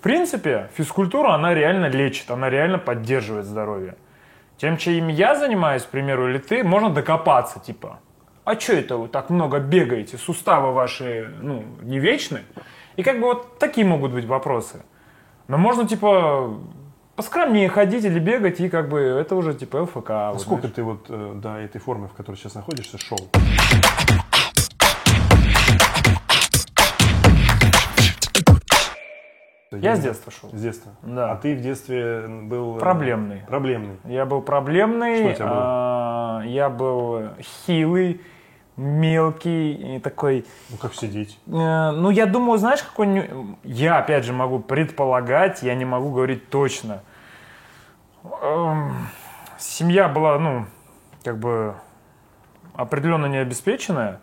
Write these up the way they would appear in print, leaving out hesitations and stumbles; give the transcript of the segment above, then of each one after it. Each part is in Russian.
принципе, физкультура, она реально лечит, она реально поддерживает здоровье. Тем, чем я занимаюсь, к примеру, или ты, можно докопаться, типа, а что это вы так много бегаете, суставы ваши, ну, не вечны? И как бы вот такие могут быть вопросы. Но можно, типа, поскромнее ходить или бегать, и как бы это уже, типа, ЛФК. А вот, сколько знаешь. ты вот до этой формы, в которой сейчас находишься, шел? Я с детства шел. С детства? Да. А ты в детстве был... Проблемный. Проблемный. Я был проблемный. Что у тебя было? Я был хилый, мелкий и такой... Ну, как все дети. Ну, я думаю, знаешь, какой... Я, опять же, могу предполагать, я не могу говорить точно. Семья была, ну, как бы определенно необеспеченная.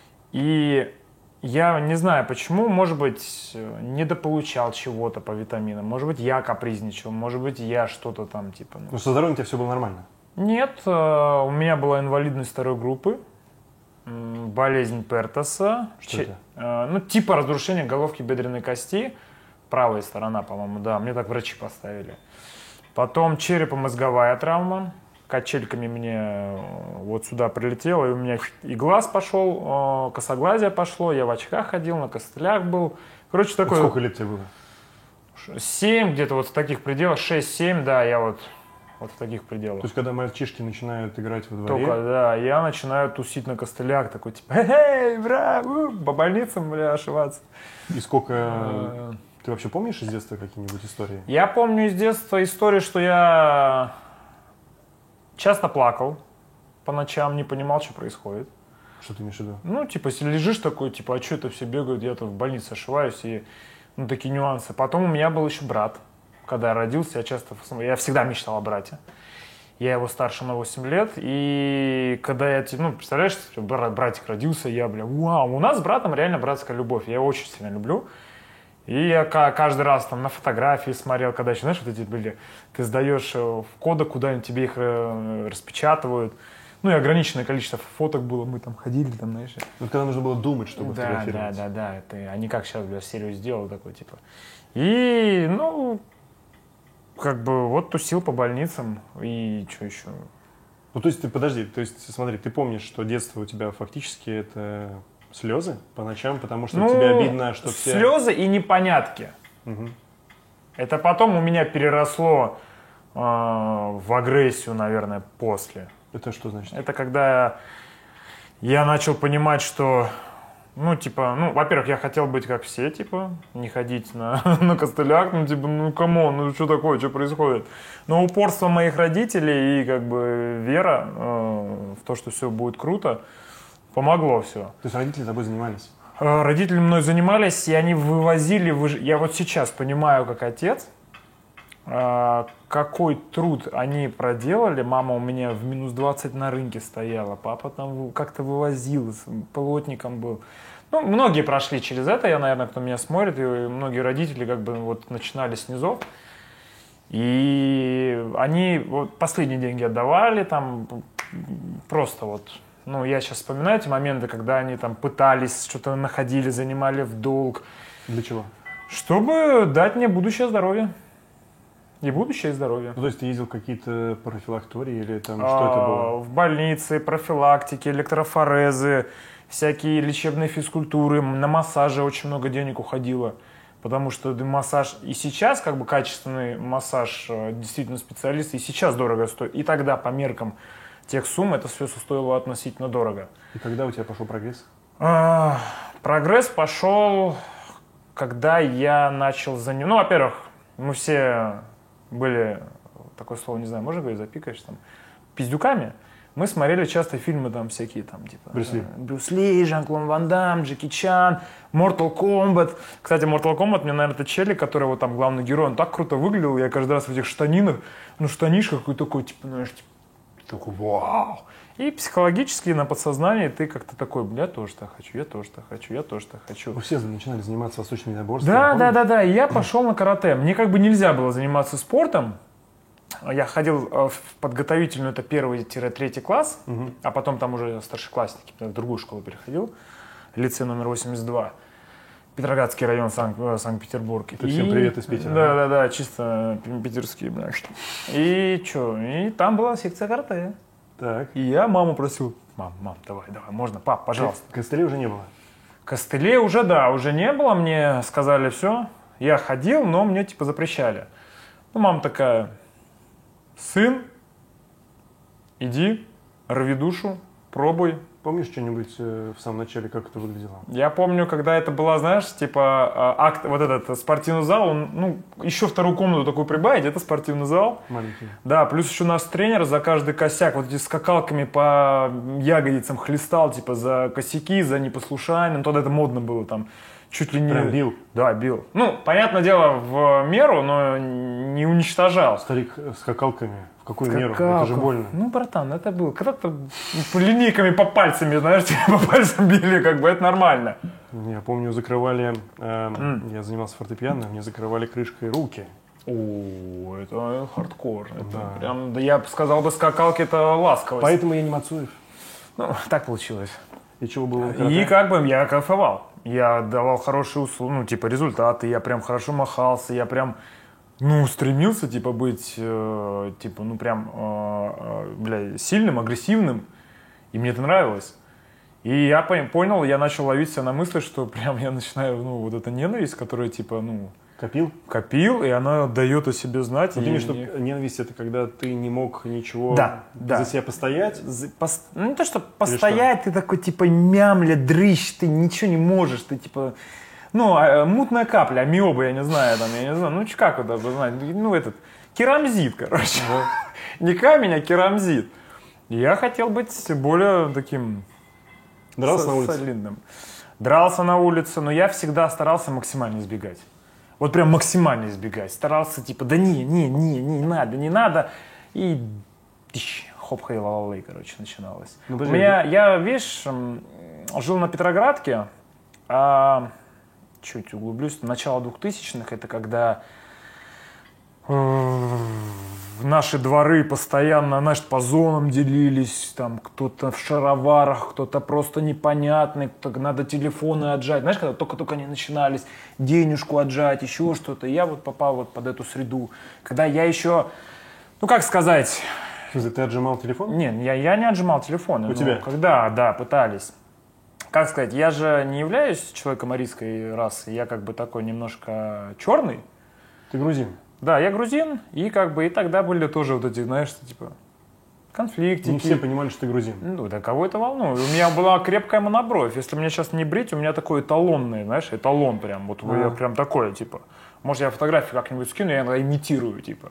И я не знаю почему, может быть, недополучал чего-то по витаминам. Может быть, я капризничал, может быть, я что-то там, типа... Ну, со здоровьем у тебя все было нормально? Нет, у меня была инвалидность второй группы. Болезнь Пертоса. Что это? Ну, типа разрушения головки бедренной кости. Правая сторона, по-моему, да. Мне так врачи поставили. Потом черепно-мозговая травма. Качельками мне вот сюда прилетело. И у меня и глаз пошел, косоглазие пошло. Я в очках ходил, на костылях был. Короче, такой... Сколько лет тебе было? 7, где-то вот в таких пределах. 6-7, да, я вот в таких пределах. То есть, когда мальчишки начинают играть во дворе... Только, да, я начинаю тусить на костылях, такой, типа, эй, бра, по больницам, бля, ошиваться. И сколько... Ты вообще помнишь из детства какие-нибудь истории? Я помню из детства историю, что я часто плакал по ночам, не понимал, что происходит. Что ты имеешь в виду? Ну, типа, если лежишь такой, типа, а что это все бегают, я-то в больнице ошиваюсь, и, ну, такие нюансы. Потом у меня был еще брат. Когда я родился, я всегда мечтал о брате. Я его старше на 8 лет, и когда я, ну, представляешь, братик родился, я, бля, вау, у нас с братом реально братская любовь, я его очень сильно люблю. И я каждый раз там на фотографии смотрел, когда еще, знаешь, вот эти были, ты сдаешь в кодек куда-нибудь, тебе их распечатывают. Ну и ограниченное количество фоток было, мы там ходили, там, знаешь. Ну, когда нужно было думать, чтобы фотографировать. Да, это, а не как сейчас, бля, серию сделал такой, типа. И, ну, как бы вот тусил по больницам, и что еще? Ну, то есть, ты, подожди, то есть, смотри, ты помнишь, что детство у тебя фактически это слезы по ночам, потому что тебе обидно, что все... Слезы и непонятки. Угу. Это потом у меня переросло в агрессию, наверное, после. Это что значит? Это когда я начал понимать, что, ну, типа, ну, во-первых, я хотел быть как все, типа, не ходить на костылях, ну, типа, ну, камон, ну, что такое, что происходит? Но упорство моих родителей и, как бы, вера в то, что все будет круто, помогло все. То есть родители тобой занимались? Родители мной занимались, и они вывозили... Я вот сейчас понимаю, как отец, какой труд они проделали. Мама у меня в минус 20 на рынке стояла, папа там как-то вывозил, плотником был. Ну, многие прошли через это, я, наверное, кто меня смотрит, и многие родители как бы вот начинали с низов. И они вот последние деньги отдавали, там просто вот... Ну, я сейчас вспоминаю эти моменты, когда они там пытались, что-то находили, занимали в долг. Для чего? Чтобы дать мне будущее здоровье. И будущее, и здоровье. Ну, то есть ты ездил в какие-то профилактории или там что это было? В больнице, профилактики, электрофорезы, всякие лечебные физкультуры, на массаже очень много денег уходило. Потому что массаж и сейчас, как бы качественный массаж, действительно специалисты, и сейчас дорого стоит. И тогда по меркам тех сумм это все стоило относительно дорого. И когда у тебя пошел прогресс? Прогресс пошел, когда я начал заниматься... Ну, во-первых, мы все были, такое слово не знаю, можно говорить, запикаешь, там, пиздюками. Мы смотрели часто фильмы там всякие, там, типа... Брюс Ли, Жан-Клод Ван Дамм, Джеки Чан, Mortal Kombat. Кстати, Mortal Kombat, мне, наверное, это челик, который вот там главный герой, он так круто выглядел, я каждый раз в этих штанинах, ну, штанишках, какой такой, типа, знаешь, типа, такой, вау. И психологически на подсознании ты как-то такой, бля, я тоже так хочу, я тоже так хочу, я тоже так хочу. Вы все начинали заниматься восточными единоборствами. Да. И я пошел на карате. Мне как бы нельзя было заниматься спортом. Я ходил в подготовительную, это 1-3 класс, а потом там уже старшеклассники, в другую школу переходил, лицей номер 82. Петроградский район, Санкт-Петербург. Это всем привет из Питера. Да, чисто питерские, бля. И что? И там была секция карате. Так. И я маму просил: мам, давай, можно, пап, пожалуйста. Костылей уже не было? Костылей уже, да, уже не было. Мне сказали: все. Я ходил, но мне типа запрещали. Ну, мама такая: сын, иди, рви душу, пробуй. Помнишь что-нибудь в самом начале, как это выглядело? Я помню, когда это была, знаешь, типа акт, вот этот спортивный зал, он, ну, еще вторую комнату такую прибавить, это спортивный зал. Маленький. Да, плюс еще у нас тренер за каждый косяк вот эти скакалками по ягодицам хлестал, типа за косяки, за непослушание. Ну, тогда это модно было там. Чуть ли не... Прям бил? Да, бил. Ну, понятное дело, в меру, но не уничтожал. Старик с скакалками. В какую меру? Это же больно. Ну, братан, это было. Когда-то линейками по пальцами, знаешь, по пальцам били, как бы, это нормально. Я помню, закрывали... Я занимался фортепиано, мне закрывали крышкой руки. О, это хардкор. Это Да. прям, да я бы сказал бы, скакалки это ласковость. Поэтому я не Мацуев. Ну, так получилось. И чего было? И как бы я кайфовал. Я давал хорошие услуги, ну, типа, результаты, я прям хорошо махался, я прям, ну, стремился, типа, быть, типа, ну, прям, сильным, агрессивным, и мне это нравилось. И я понял, я начал ловить себя на мысли, что прям я начинаю, ну, вот эта ненависть, которая, типа, ну... Копил, и она дает о себе знать. Вот именно, что ненависть — это когда ты не мог ничего за себя постоять? Ну, не то, что постоять, ты такой, типа, мямля, дрыщ, ты ничего не можешь, ты, типа... Ну, мутная капля, амиоба, я не знаю, ну, как это знать? Ну, этот, керамзит, короче. Не камень, а керамзит. Я хотел быть более таким... Дрался на улице? Солидным. Дрался на улице, но я всегда старался максимально избегать. Вот прям максимально избегать. Старался, типа, да не надо. И хоп-хей-ла-ла-лей, короче, начиналось. Ну, У меня, я, видишь, жил на Петроградке, чуть углублюсь, начало 2000-х, это когда наши дворы постоянно, знаешь, по зонам делились, там кто-то в шароварах, кто-то просто непонятный, кто надо телефоны отжать. Знаешь, когда только-только они начинались, денежку отжать, еще что-то. И я вот попал вот под эту среду. Когда я еще, ну как сказать... Ты отжимал телефон? Нет, я не отжимал телефон. У тебя? Когда, да, пытались. Как сказать, я же не являюсь человеком арийской расы, я как бы такой немножко черный. Ты грузин? Да, я грузин, и как бы и тогда были тоже вот эти, знаешь, типа конфликтики. Не все понимали, что ты грузин. Ну, да кого это волнует? У меня была крепкая монобровь. Если меня сейчас не брить, у меня такой эталонный, знаешь, эталон прям. Вот я прям такой, типа. Может, я фотографию как-нибудь скину, я иногда имитирую, типа.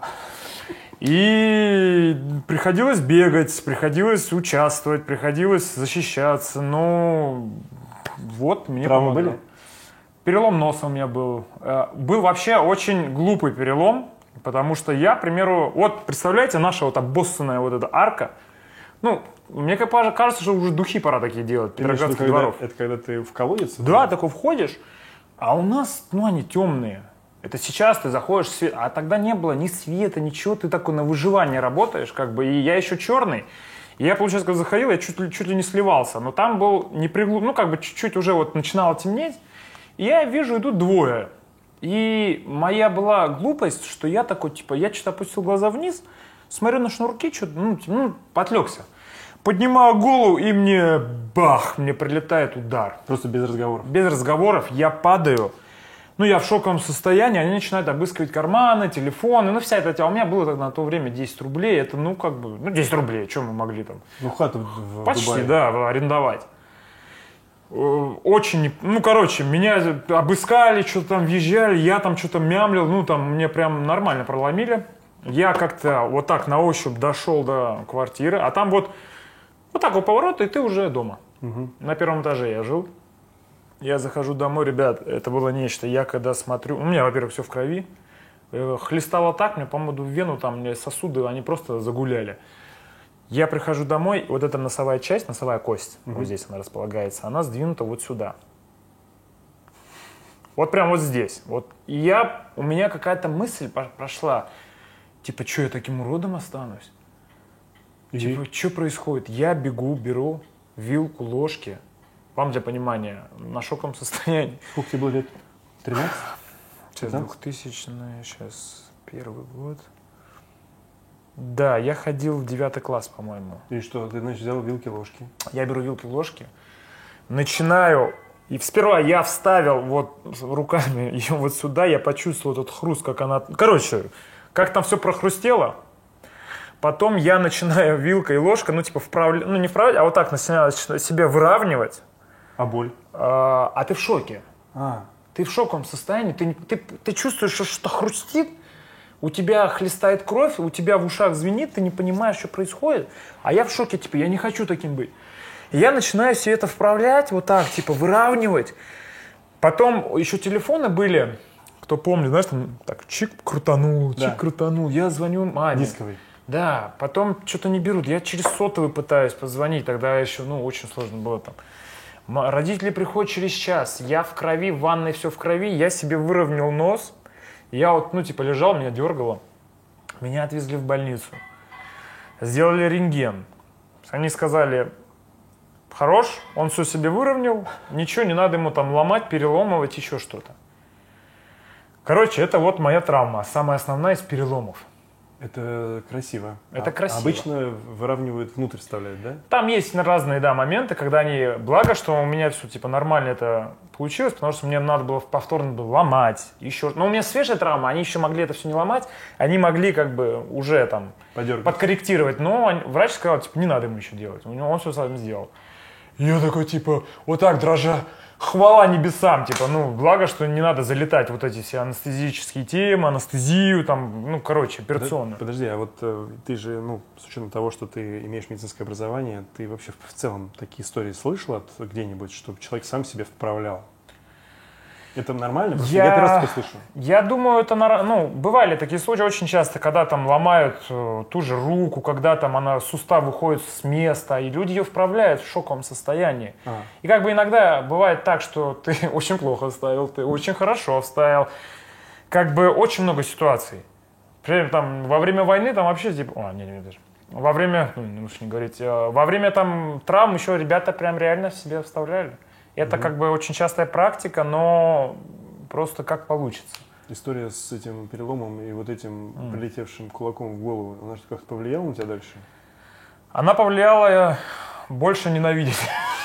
И приходилось бегать, приходилось участвовать, приходилось защищаться. Ну, вот мне Травмы помогло. были? Перелом носа у меня был. Был вообще очень глупый перелом, потому что я, к примеру, вот представляете, наша вот обоссанная вот эта арка, ну, мне кажется, что уже духи пора такие делать, петроградских дворов. Это когда ты в колодец? Да, такой входишь, а у нас, ну, они темные. Это сейчас ты заходишь в свет, а тогда не было ни света, ничего, ты такой на выживание работаешь, как бы, и я еще черный. И я, получается, когда заходил, я чуть ли не сливался, но там был ну, как бы чуть-чуть уже вот начинало темнеть. И я вижу, идут двое. И моя была глупость, что я такой, типа, я что-то опустил глаза вниз, смотрю на шнурки, что-то, поотвлекся. Поднимаю голову, и мне, бах, мне прилетает удар. Просто без разговоров? Без разговоров, я падаю. Ну, я в шоковом состоянии, они начинают обыскивать карманы, телефоны, ну, вся эта тема. У меня было тогда на то время 10 рублей, это, ну, как бы, 10 рублей, что мы могли там? Ну, хату в Почти, Дубае. да, арендовать. Очень, ну, короче, меня обыскали, что-то там въезжали, я там что-то мямлил, ну, там мне прям нормально проломили. Я как-то вот так на ощупь дошел до квартиры, а там вот так вот поворот, и ты уже дома. Угу. На первом этаже я жил. Я захожу домой, ребят, это было нечто. Я когда смотрю, у меня, во-первых, все в крови. Хлестало так, мне, по-моему, в вену, там, мне сосуды, они просто загуляли. Я прихожу домой, вот эта носовая часть, носовая кость, вот здесь она располагается, она сдвинута вот сюда. Вот прям вот здесь. Вот. И у меня какая-то мысль прошла, типа, что я таким уродом останусь? Типа, что происходит? Я бегу, беру вилку, ложки, вам для понимания, на шоковом состоянии. Сколько тебе было лет? 13? Сейчас 2000-е, сейчас первый год. Да, я ходил в 9 класс, по-моему. И что, ты, значит, взял вилки-ложки? Я беру вилки-ложки, начинаю, и сперва я вставил вот руками ее вот сюда, я почувствовал этот хруст, как она... Короче, как там все прохрустело. Потом я начинаю вилкой и ложкой, ну, типа, ну, не вправлять, а вот так начинаю себе выравнивать. А боль? А ты в шоке. А. Ты в шоковом состоянии, ты чувствуешь, что что-то хрустит, у тебя хлестает кровь, у тебя в ушах звенит, ты не понимаешь, что происходит. А я в шоке, типа, я не хочу таким быть. И я начинаю все это вправлять, вот так, типа, выравнивать. Потом еще телефоны были, кто помнит, знаешь, там так, чик крутанул, чик крутанул. Я звоню маме. Дисковый. Да, потом что-то не берут. Я через сотовый пытаюсь позвонить, тогда еще, ну, очень сложно было там. Родители приходят через час, я в крови, в ванной все в крови, я себе выровнял нос, я вот, ну, типа, лежал, меня дергало, меня отвезли в больницу, сделали рентген, они сказали, хорош, он все себе выровнял, ничего, не надо ему там ломать, переломывать, еще что-то. Короче, это вот моя травма, самая основная из переломов. Это красиво. Это красиво. Обычно выравнивают, внутрь вставляют, да? Там есть разные, да, моменты, когда они... Благо, что у меня все, типа, нормально это получилось, потому что мне надо было повторно ломать, еще... Но у меня свежая травма, они еще могли это все не ломать, они могли, как бы, уже там... подкорректировать, но врач сказал, типа, не надо ему еще делать, он все сам сделал. И я такой, типа, вот так дрожа, хвала небесам, типа, ну, благо, что не надо залетать вот эти все анестезические темы, анестезию, там, ну, короче, операционную. Подожди, а вот ты же, ну, с учетом того, что ты имеешь медицинское образование, ты вообще в целом такие истории слышал где-нибудь, чтобы человек сам себе вправлял? Это нормально? Я первый раз такое слышу. Я думаю, это ну, бывали такие случаи очень часто, когда там ломают ту же руку, когда там она сустав выходит с места, и люди ее вправляют в шоковом состоянии. И как бы иногда бывает так, что ты очень плохо вставил, ты очень хорошо вставил. Как бы очень много ситуаций. Например, там во время войны там вообще типа... даже. Во время, ну, лучше не говорить, во время там травм еще ребята прям реально себе вставляли. Это как бы очень частая практика, но просто как получится. История с этим переломом и вот этим прилетевшим кулаком в голову, она что, как-то повлияла на тебя дальше? Она повлияла больше ненавидеть.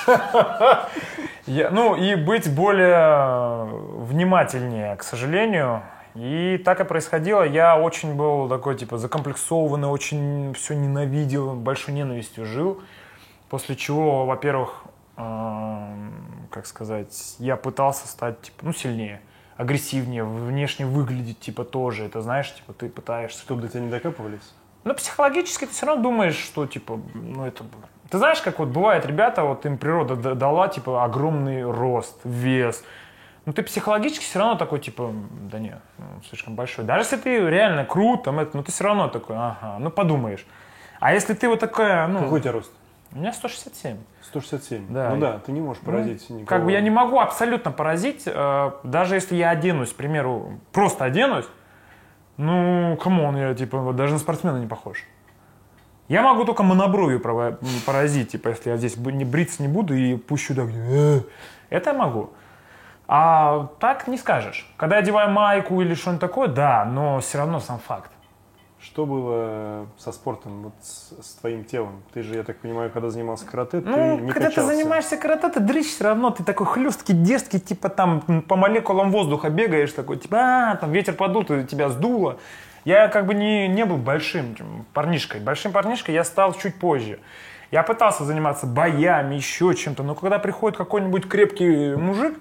Ну и быть более внимательнее, к сожалению. И так и происходило. Я очень был такой, типа, закомплексованный, очень все ненавидел, большой ненавистью жил. После чего, во-первых, как сказать, я пытался стать, типа, ну, сильнее, агрессивнее, внешне выглядеть, типа, тоже. Это, знаешь, типа, ты пытаешься... Чтобы до тебя не докапывались? Ну, психологически ты все равно думаешь, что, типа, ну, это... Ты знаешь, как вот бывает, ребята, вот им природа дала, типа, огромный рост, вес. Ну, ты психологически все равно такой, типа, да нет, ну, слишком большой. Даже если ты реально крут, там, это, ну, ты все равно такой, ага, ну, подумаешь. А если ты вот такая, ну... Какой у тебя рост? У меня 167. 167? Да. Ну да, ты не можешь поразить никого. Как бы я не могу абсолютно поразить, даже если я оденусь, к примеру, просто оденусь, ну, камон, я, типа, вот даже на спортсмена не похож. Я могу только монобровью поразить, типа, если я здесь не бриться не буду и пущу так, это я могу. А так не скажешь. Когда я одеваю майку или что-нибудь такое, да, но все равно сам факт. Что было со спортом, вот с твоим телом? Ты же, я так понимаю, когда занимался карате, ты не когда качался. ты занимаешься карате, ты дрыщ все равно, ты такой хлесткий, дерзкий, типа там по молекулам воздуха бегаешь, такой, типа, там ветер подул, тебя сдуло. Я как бы не был большим парнишкой. Большим парнишкой я стал чуть позже. Я пытался заниматься боями, еще чем-то, но когда приходит какой-нибудь крепкий мужик,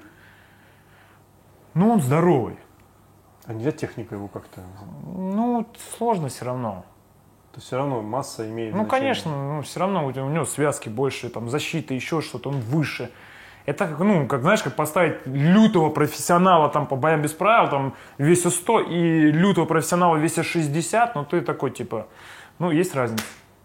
ну он здоровый. А нельзя техника его как-то? Ну, сложно все равно. То все равно масса имеет Ну, значение. конечно, ну, все равно у него связки больше, там, защита, еще что-то, он выше. Это, ну, как, знаешь, как поставить лютого профессионала там по боям без правил, там, весе 100 и лютого профессионала весе 60, ну, ты такой, типа, ну, есть разница.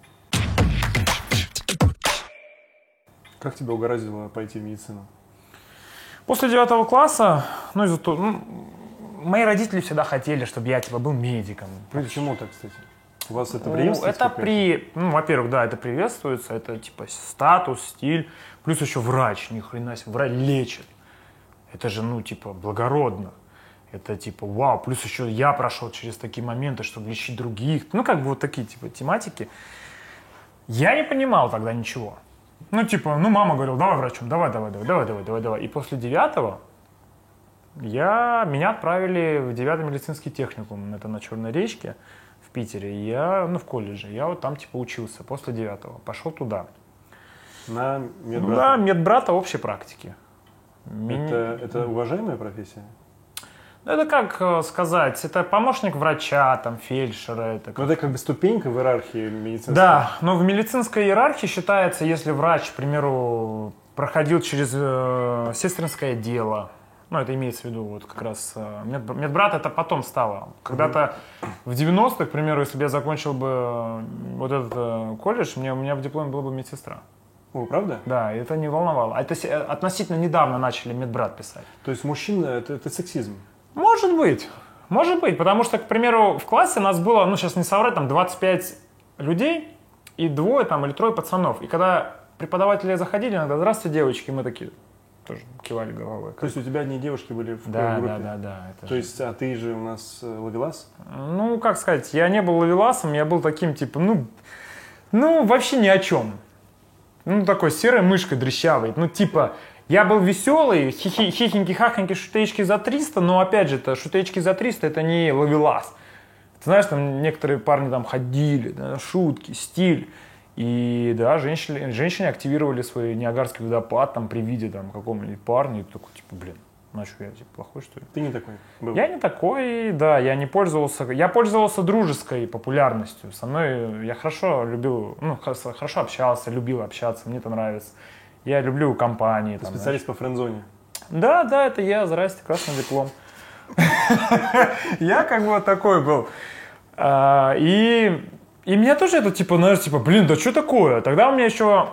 Как тебя угораздило пойти в медицину? После 9 класса, ну, из-за того, мои родители всегда хотели, чтобы я, типа, был медиком. А почему так, кстати? У вас это приветствуется? Ну, во-первых, да, это приветствуется, это типа статус, стиль, плюс еще врач, ни хрена себе, врач лечит. Это же, ну, типа, благородно. Это типа, вау, плюс еще я прошел через такие моменты, чтобы лечить других. Ну, как бы вот такие, типа, тематики. Я не понимал тогда ничего. Ну, типа, ну, мама говорила, давай врачом, давай. И после 9-го меня отправили в 9-й медицинский техникум, это на Черной речке в Питере. И я, ну, в колледже, я вот там, типа, учился после 9-го, пошел туда. На медбрата? Да, медбрата общей практики. Это уважаемая профессия? Это как сказать, это помощник врача, там, фельдшера. Ну, это как бы ступенька в иерархии медицинской. Да, но в медицинской иерархии считается, если врач, к примеру, проходил через сестринское дело, ну, это имеется в виду вот как раз медбрат, это потом стало. Когда-то в 90-х, к примеру, если бы я закончил бы вот этот колледж, у меня в дипломе была бы медсестра. О, правда? Да, и это не волновало. А это относительно недавно начали медбрат писать. То есть мужчина это сексизм? Может быть, потому что, к примеру, в классе нас было, ну, сейчас не соврать, там 25 людей и 2 там, или 3 пацанов. И когда преподаватели заходили, иногда, здравствуйте, девочки, мы такие тоже кивали головой. То есть у тебя одни девушки были в да, группе? Да. То есть, а ты же у нас ловелас? Ну, как сказать, я не был ловеласом, я был таким, типа, ну, вообще ни о чем. Ну, такой серой мышкой дрыщавой. Ну, типа, я был веселый, хихеньки-хахеньки, шутеечки за 300, но, опять же, шутеечки за 300 это не ловелас. Ты знаешь, там некоторые парни там ходили, да, шутки, стиль. И, да, женщины активировали свой Ниагарский водопад там при виде там какого-нибудь парня. И такой, типа, блин, ну что, я типа плохой, что ли? Ты не такой был? Я не такой, да, я не пользовался. Я пользовался дружеской популярностью. Со мной я хорошо любил, ну, хорошо общался, любил общаться, мне это нравится. Я люблю компании. Ты специалист по френдзоне? Да, это я, здрасте, красный диплом. Я как бы вот такой был. И меня тоже это, типа, знаешь, типа, блин, да что такое? Тогда у меня еще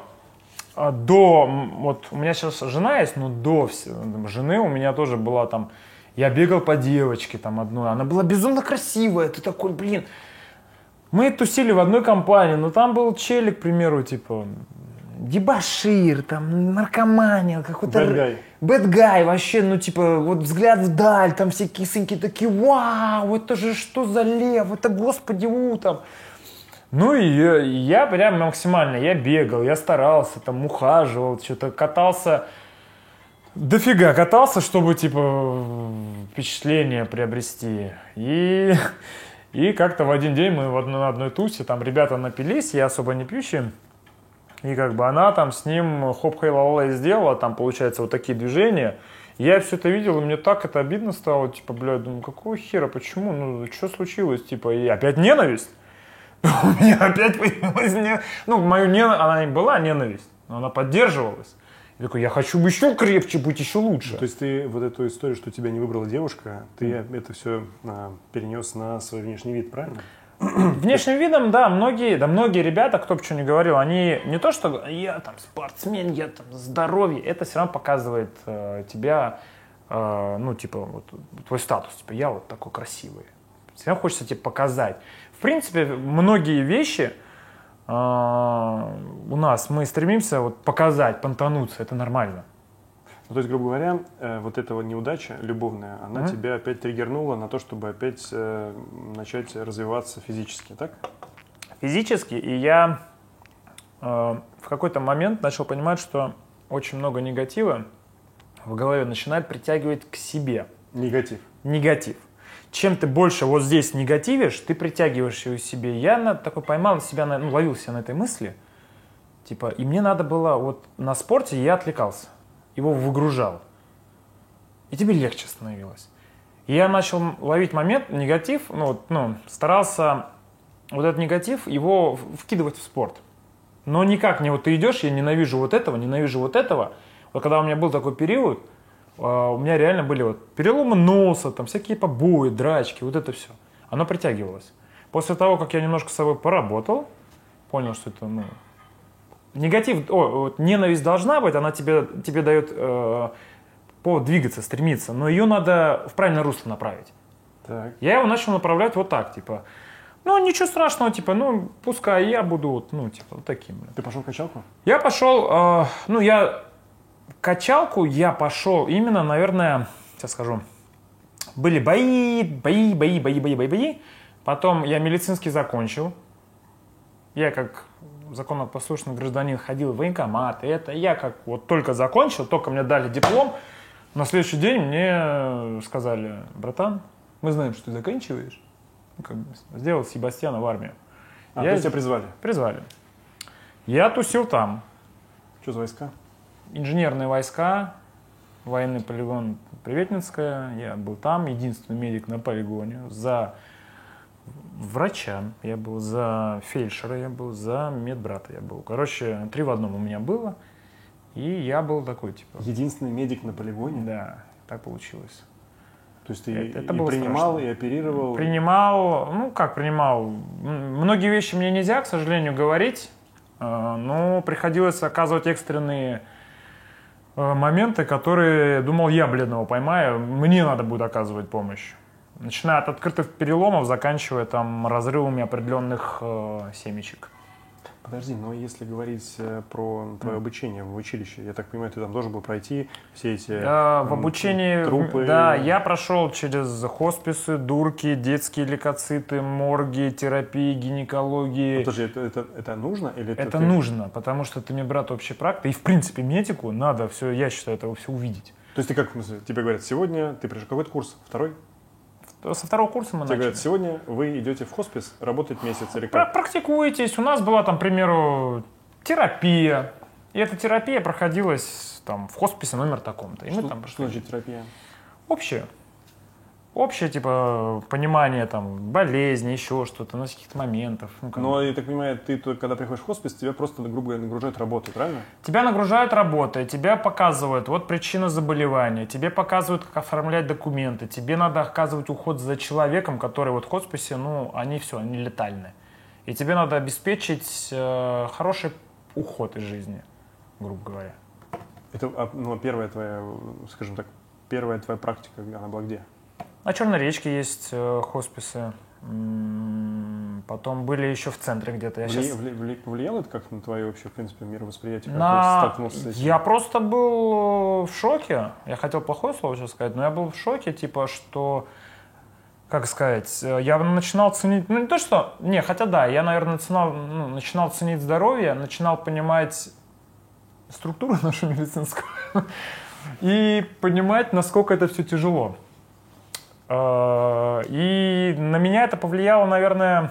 вот у меня сейчас жена есть, но до жены у меня тоже была там, я бегал по девочке там одной, она была безумно красивая, ты такой, блин. Мы тусили в одной компании, но там был челик, к примеру, типа, дебошир, там, наркоманил, какой-то... Бэдгай вообще, ну, типа, вот взгляд вдаль, там все кисоньки такие, вау, это же что за лев, это, господи, там. Ну, и я прям максимально, я бегал, я старался, там, ухаживал, что-то катался, дофига катался, чтобы, типа, впечатление приобрести. И как-то в один день мы на одной тусе, там, ребята напились, я особо не пьющий. И как бы она там с ним хоп-хей-ла-ла сделала, там, получается, вот такие движения. Я все это видел, и мне так это обидно стало, типа, блядь, думаю, какого хера, почему, ну, что случилось, типа, и опять ненависть. У меня опять появилась, ну, она не была ненависть, но она поддерживалась. Я такой, я хочу еще крепче быть, еще лучше. То есть ты вот эту историю, что тебя не выбрала девушка, ты это все перенес на свой внешний вид, правильно? Внешним видом, да, многие ребята, кто бы что ни говорил, они не то, что я там спортсмен, я там здоровье, это все равно показывает тебя, ну, типа, вот, твой статус, типа, я вот такой красивый. Все равно хочется тебе показать. В принципе, многие вещи у нас, мы стремимся вот показать, понтануться, это нормально. Ну, то есть, грубо говоря, вот эта вот неудача любовная, она тебя опять триггернула на то, чтобы опять начать развиваться физически, так? Физически, и я в какой-то момент начал понимать, что очень много негатива в голове начинает притягивать к себе. Негатив. Чем ты больше вот здесь негативишь, ты притягиваешь его к себе. Я такой поймал себя, ловил себя на этой мысли, типа, и мне надо было вот на спорте, я отвлекался. Его выгружал. И тебе легче становилось. И я начал ловить момент, негатив, старался вот этот негатив, его вкидывать в спорт. Но никак не вот ты идешь, я ненавижу вот этого. Вот когда у меня был такой период, у меня реально были вот переломы носа, там всякие побои, драчки, вот это все. Оно притягивалось. После того, как я немножко с собой поработал, понял, что это, негатив, вот ненависть должна быть, она тебе дает повод двигаться, стремиться, но ее надо в правильное русло направить. Так. Я его начал направлять вот так, типа, Ну, ничего страшного, типа, ну, пускай я буду, вот, ну, типа, вот таким. Ты пошел в качалку? Я пошел, качалку я пошел именно, наверное, сейчас скажу, были бои. Потом я медицинский закончил. Я как законопослушный гражданин ходил в военкомат. Я как вот только закончил, только мне дали диплом. На следующий день мне сказали: братан, мы знаем, что ты заканчиваешь. Ну, как бы, сделал Себастьяна в армию. То есть тебя призвали? Призвали. Я тусил там. Что за войска? Инженерные войска, военный полигон Приветницкая. Я был там, единственный медик на полигоне. За врача я был, за фельдшера я был, за медбрата я был. Короче, 3 в одном у меня было. И я был такой, типа... Единственный медик на полигоне? Да, так получилось. То есть ты это и было принимал, страшно. и оперировал? Принимал, ну как принимал. Многие вещи мне нельзя, к сожалению, говорить. Но приходилось оказывать экстренные моменты, которые, думал, я бледного поймаю. Мне надо будет оказывать помощь. Начиная от открытых переломов, заканчивая там разрывами определенных семечек. Подожди, но если говорить про твое обучение в училище, я так понимаю, ты там должен был пройти все эти в обучении, трупы? Да, я прошел через хосписы, дурки, детские лейкоциты, морги, терапии, гинекологии. Подожди, это нужно? Или это нужно, потому что ты медбрат общей практики, и в принципе медику надо все, я считаю, это все увидеть. То есть ты как, тебе говорят, сегодня ты пришел, какой-то курс? Второй? Со 2-го курса мы Тебе начали. говорят, сегодня вы идете в хоспис работать месяц или как? Практикуетесь. У нас была там, к примеру, терапия. И эта терапия проходилась там в хосписе номер таком-то. И мы там что значит терапия? Общее. Общее, типа, понимание там болезни, еще что-то, на каких-то моментов. Но, я так понимаю, ты когда приходишь в хоспис, тебя просто, грубо говоря, нагружают работой, правильно? Тебя нагружают работой, тебя показывают, вот причина заболевания, тебе показывают, как оформлять документы, тебе надо оказывать уход за человеком, который вот в хосписе, они летальны. И тебе надо обеспечить хороший уход из жизни, грубо говоря. Это, первая твоя, скажем так, первая твоя практика, она была где? На Черной речке есть хосписы. Потом были еще в центре где-то. Влияло это как на твое вообще, в принципе, мировосприятие? Я просто был в шоке. Я хотел плохое слово сейчас сказать, но я был в шоке, типа, что... Как сказать, я начинал ценить... Ну, не то, что... Не, хотя да, я, наверное, начинал ценить здоровье, начинал понимать структуру нашу медицинскую и понимать, насколько это все тяжело. И на меня это повлияло, наверное,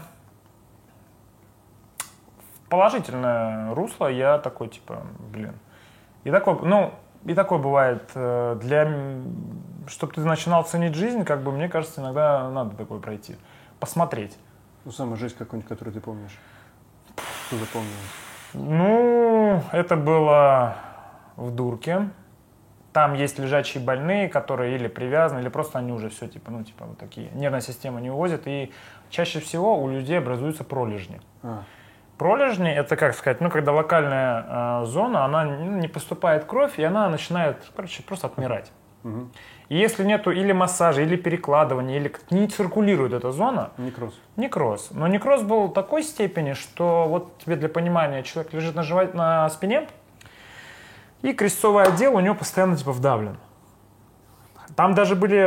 в положительное русло. Я такой, типа, И такое бывает. Чтобы ты начинал ценить жизнь, как бы, мне кажется, иногда надо такое пройти. Посмотреть. Самая жизнь какую-нибудь, которую ты помнишь? Что запомнилось? Это было в Дурке. Там есть лежачие больные, которые или привязаны, или просто они уже все, вот такие. Нервная система не увозит, и чаще всего у людей образуются пролежни. Пролежни, это, как сказать, когда локальная зона, она не поступает кровь, и она начинает, просто отмирать. Угу. И если нету или массажа, или перекладывания, или не циркулирует эта зона... Некроз. Но некроз был такой степени, что вот тебе для понимания, человек лежит на спине, и крестцовый отдел у него постоянно вдавлен. Там даже были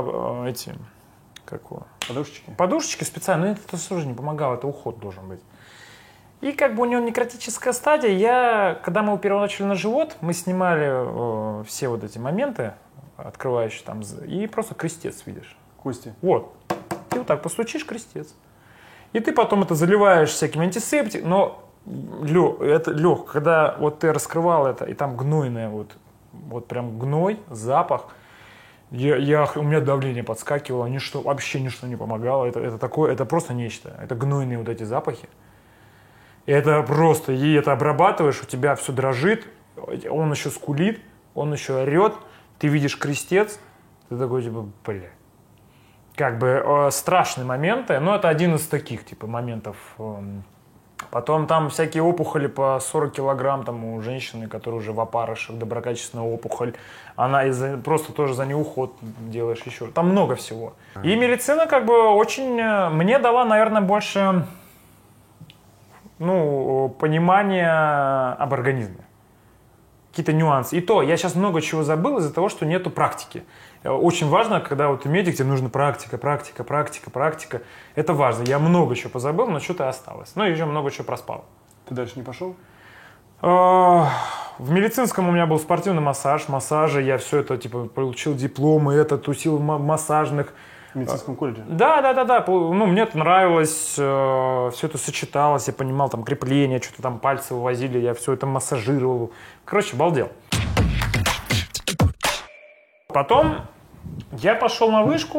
подушечки специально, но это тоже не помогало, это уход должен быть. И как бы у него некротическая стадия. Когда мы его начали на живот, мы снимали все вот эти моменты, открывающие там, и просто крестец видишь. Кости. Вот. Ты вот так постучишь, крестец. И ты потом это заливаешь всяким антисептиком, но это легко, когда вот ты раскрывал это, и там гнойное, вот прям гной, запах, у меня давление подскакивало, вообще ничто не помогало, это просто нечто, это гнойные вот эти запахи. И это просто, и это обрабатываешь, у тебя все дрожит, он еще скулит, он еще орет, ты видишь крестец, ты такой, как бы страшные моменты, но это один из таких, моментов Потом там всякие опухоли по 40 килограмм там у женщины, которая уже в опарышах, доброкачественная опухоль. Она просто тоже за неуход делаешь еще. Там много всего. И медицина как бы очень мне дала, наверное, больше понимания об организме. Какие-то нюансы. И то, я сейчас много чего забыл из-за того, что нету практики. Очень важно, когда вот ты медик, тебе нужна практика. Это важно. Я много чего позабыл, но что-то осталось. Ну и еще много чего проспал. Ты дальше не пошел? В медицинском у меня был спортивный массажи, я все это, типа, получил дипломы, тусил в массажных. В медицинском колледже? Да. Ну, мне это нравилось, все это сочеталось, я понимал, там, крепление, что-то там пальцы вывозили, я все это массажировал. Короче, балдел. Потом я пошел на вышку,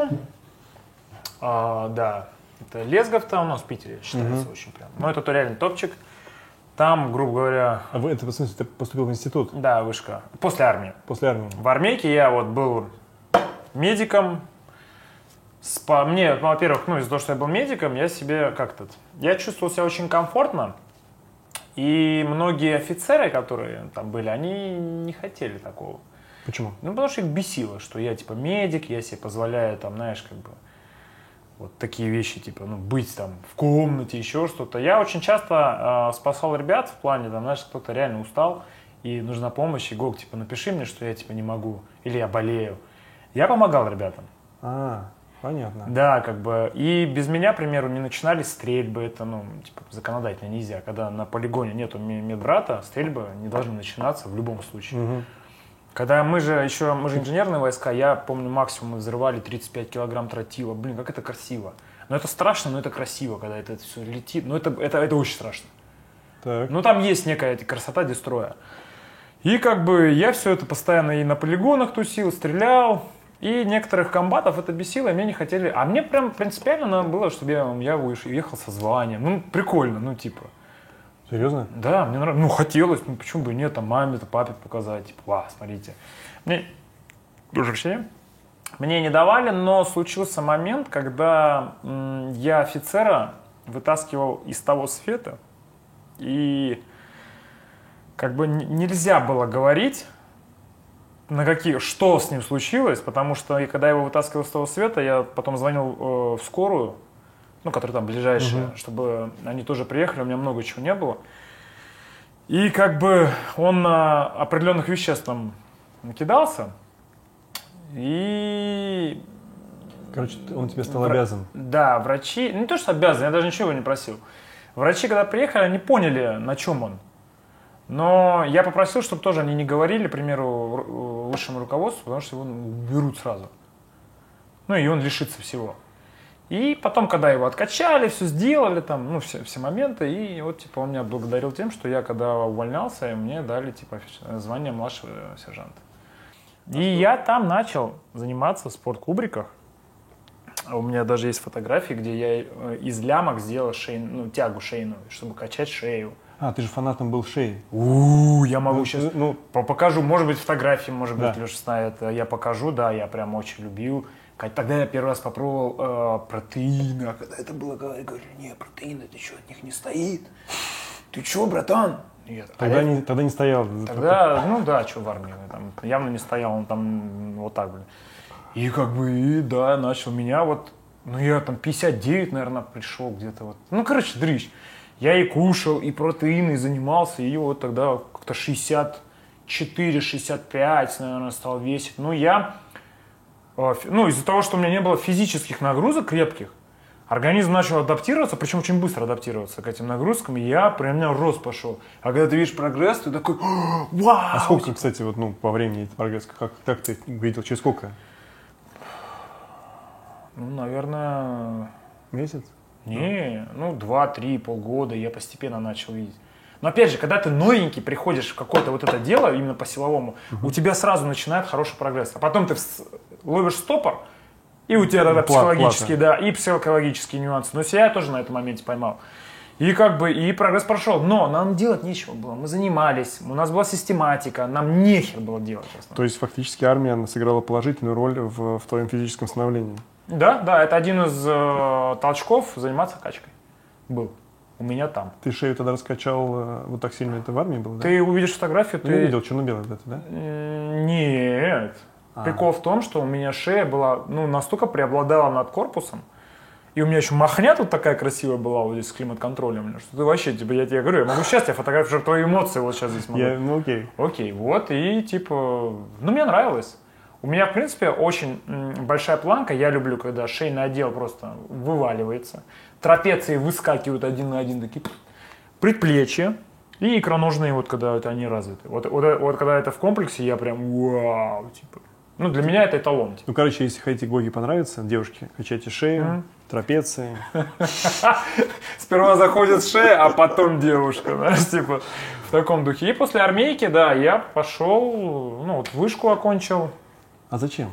да, это Лесгов-то у нас в Питере считается очень прям. Ну, это реально топчик. Там, грубо говоря... А в смысле, ты поступил в институт? Да, вышка. После армии. После армии? В армейке я вот был медиком. Мне, во-первых, из-за того, что я был медиком, я чувствовал себя очень комфортно. И многие офицеры, которые там были, они не хотели такого. Почему? Ну, потому что их бесило, что я, типа, медик, я себе позволяю, там, знаешь, как бы, вот такие вещи, типа, быть там в комнате, еще что-то. Я очень часто спасал ребят в плане, там, знаешь, кто-то реально устал и нужна помощь, и Гог, типа, напиши мне, что я, типа, не могу, или я болею. Я помогал ребятам. Понятно. Да, как бы, и без меня, к примеру, не начинались стрельбы, это, типа, законодательно нельзя. Когда на полигоне нету медбрата, стрельбы не должны начинаться в любом случае. Угу. Когда мы же инженерные войска, я помню, максимум мы взрывали 35 килограмм тротила. Блин, как это красиво. Но это страшно, но это красиво, когда это все летит. Но это очень страшно. Так. Ну, там есть некая красота дестроя. И как бы я все это постоянно и на полигонах тусил, стрелял. И некоторых комбатов это бесило, и мне не хотели. А мне прям принципиально было, чтобы я уехал со званием. Ну, прикольно, типа. Серьезно? Да, мне нравилось. Хотелось, почему бы и нет, там, маме, папе показать. Типа, смотрите. Мне не давали, но случился момент, когда я офицера вытаскивал из того света, и как бы нельзя было говорить, что с ним случилось, потому что когда я его вытаскивал из того света, я потом звонил в скорую, которая там ближайшая, чтобы они тоже приехали, у меня много чего не было. И как бы он на определенных веществ там накидался, и... Короче, он тебе стал обязан. Да, врачи, не то что обязан, я даже ничего не просил. Врачи, когда приехали, они поняли, на чем он. Но я попросил, чтобы тоже они не говорили, к примеру, высшему руководству, потому что его уберут сразу. И он лишится всего. И потом, когда его откачали, все сделали, там, все моменты, и вот, типа, он меня благодарил тем, что я, когда увольнялся, мне дали, типа, звание младшего сержанта. И я там начал заниматься в спорткубриках. У меня даже есть фотографии, где я из лямок сделал тягу шейную, чтобы качать шею. Ты же фанатом был шеи. Я могу сейчас покажу, может быть, фотографии, может быть, Леша знает, я покажу, да, я прям очень любил. Тогда я первый раз попробовал протеины, а когда это было, я говорю, не, протеины, ты что, от них не стоит? Ты что, братан? Нет. Тогда не стоял. Тогда, что в армии, там, явно не стоял, он там вот так, блин. И как бы, начал меня я там 59, наверное, пришел где-то вот. Дрыщ. Я и кушал, и протеины, и занимался, и вот тогда как-то 64-65, наверное, стал весить. Из-за того, что у меня не было физических нагрузок крепких, организм начал адаптироваться, причем очень быстро адаптироваться к этим нагрузкам, и у меня рост пошел. А когда ты видишь прогресс, ты такой, вау! А сколько, кстати, по времени этот прогресс, как ты видел, через сколько? Наверное... Месяц? Не, 2-3, полгода я постепенно начал видеть. Но опять же, когда ты новенький приходишь в какое-то вот это дело, именно по силовому, у тебя сразу начинает хороший прогресс. А потом ты ловишь стопор, и у тебя тогда психологические нюансы. Но себя я тоже на этом моменте поймал. И и прогресс прошел. Но нам делать нечего было. Мы занимались, у нас была систематика, нам нехер было делать. Честно. То есть фактически армия сыграла положительную роль в твоем физическом становлении? Да, это один из толчков заниматься качкой был. у меня там. Ты шею тогда раскачал вот так сильно, это в армии было, да? Ты увидишь фотографию, Я видел черно-белое вот это, да? Нет. Прикол в том, что у меня шея была, ну, настолько преобладала над корпусом, и у меня еще махня тут такая красивая была вот здесь с климат-контролем, что ты вообще, типа, я тебе говорю, я могу сейчас тебе фотографировать, твои эмоции вот сейчас здесь могу. Ну окей. Окей, вот, и типа, ну, мне нравилось. У меня, в принципе, очень большая планка, я люблю, когда шейный отдел просто вываливается, трапеции выскакивают один на один, такие, предплечья, и икроножные, вот когда это они развиты. Вот когда это в комплексе, я прям, вау, типа. Ну, для меня это эталон. Типа. Ну, короче, если хотите гоги понравиться, девушки, качайте шею, трапеции. Сперва заходит шея, а потом девушка, знаешь, типа, в таком духе. И после армейки, да, я пошел, ну, вот вышку окончил. А зачем?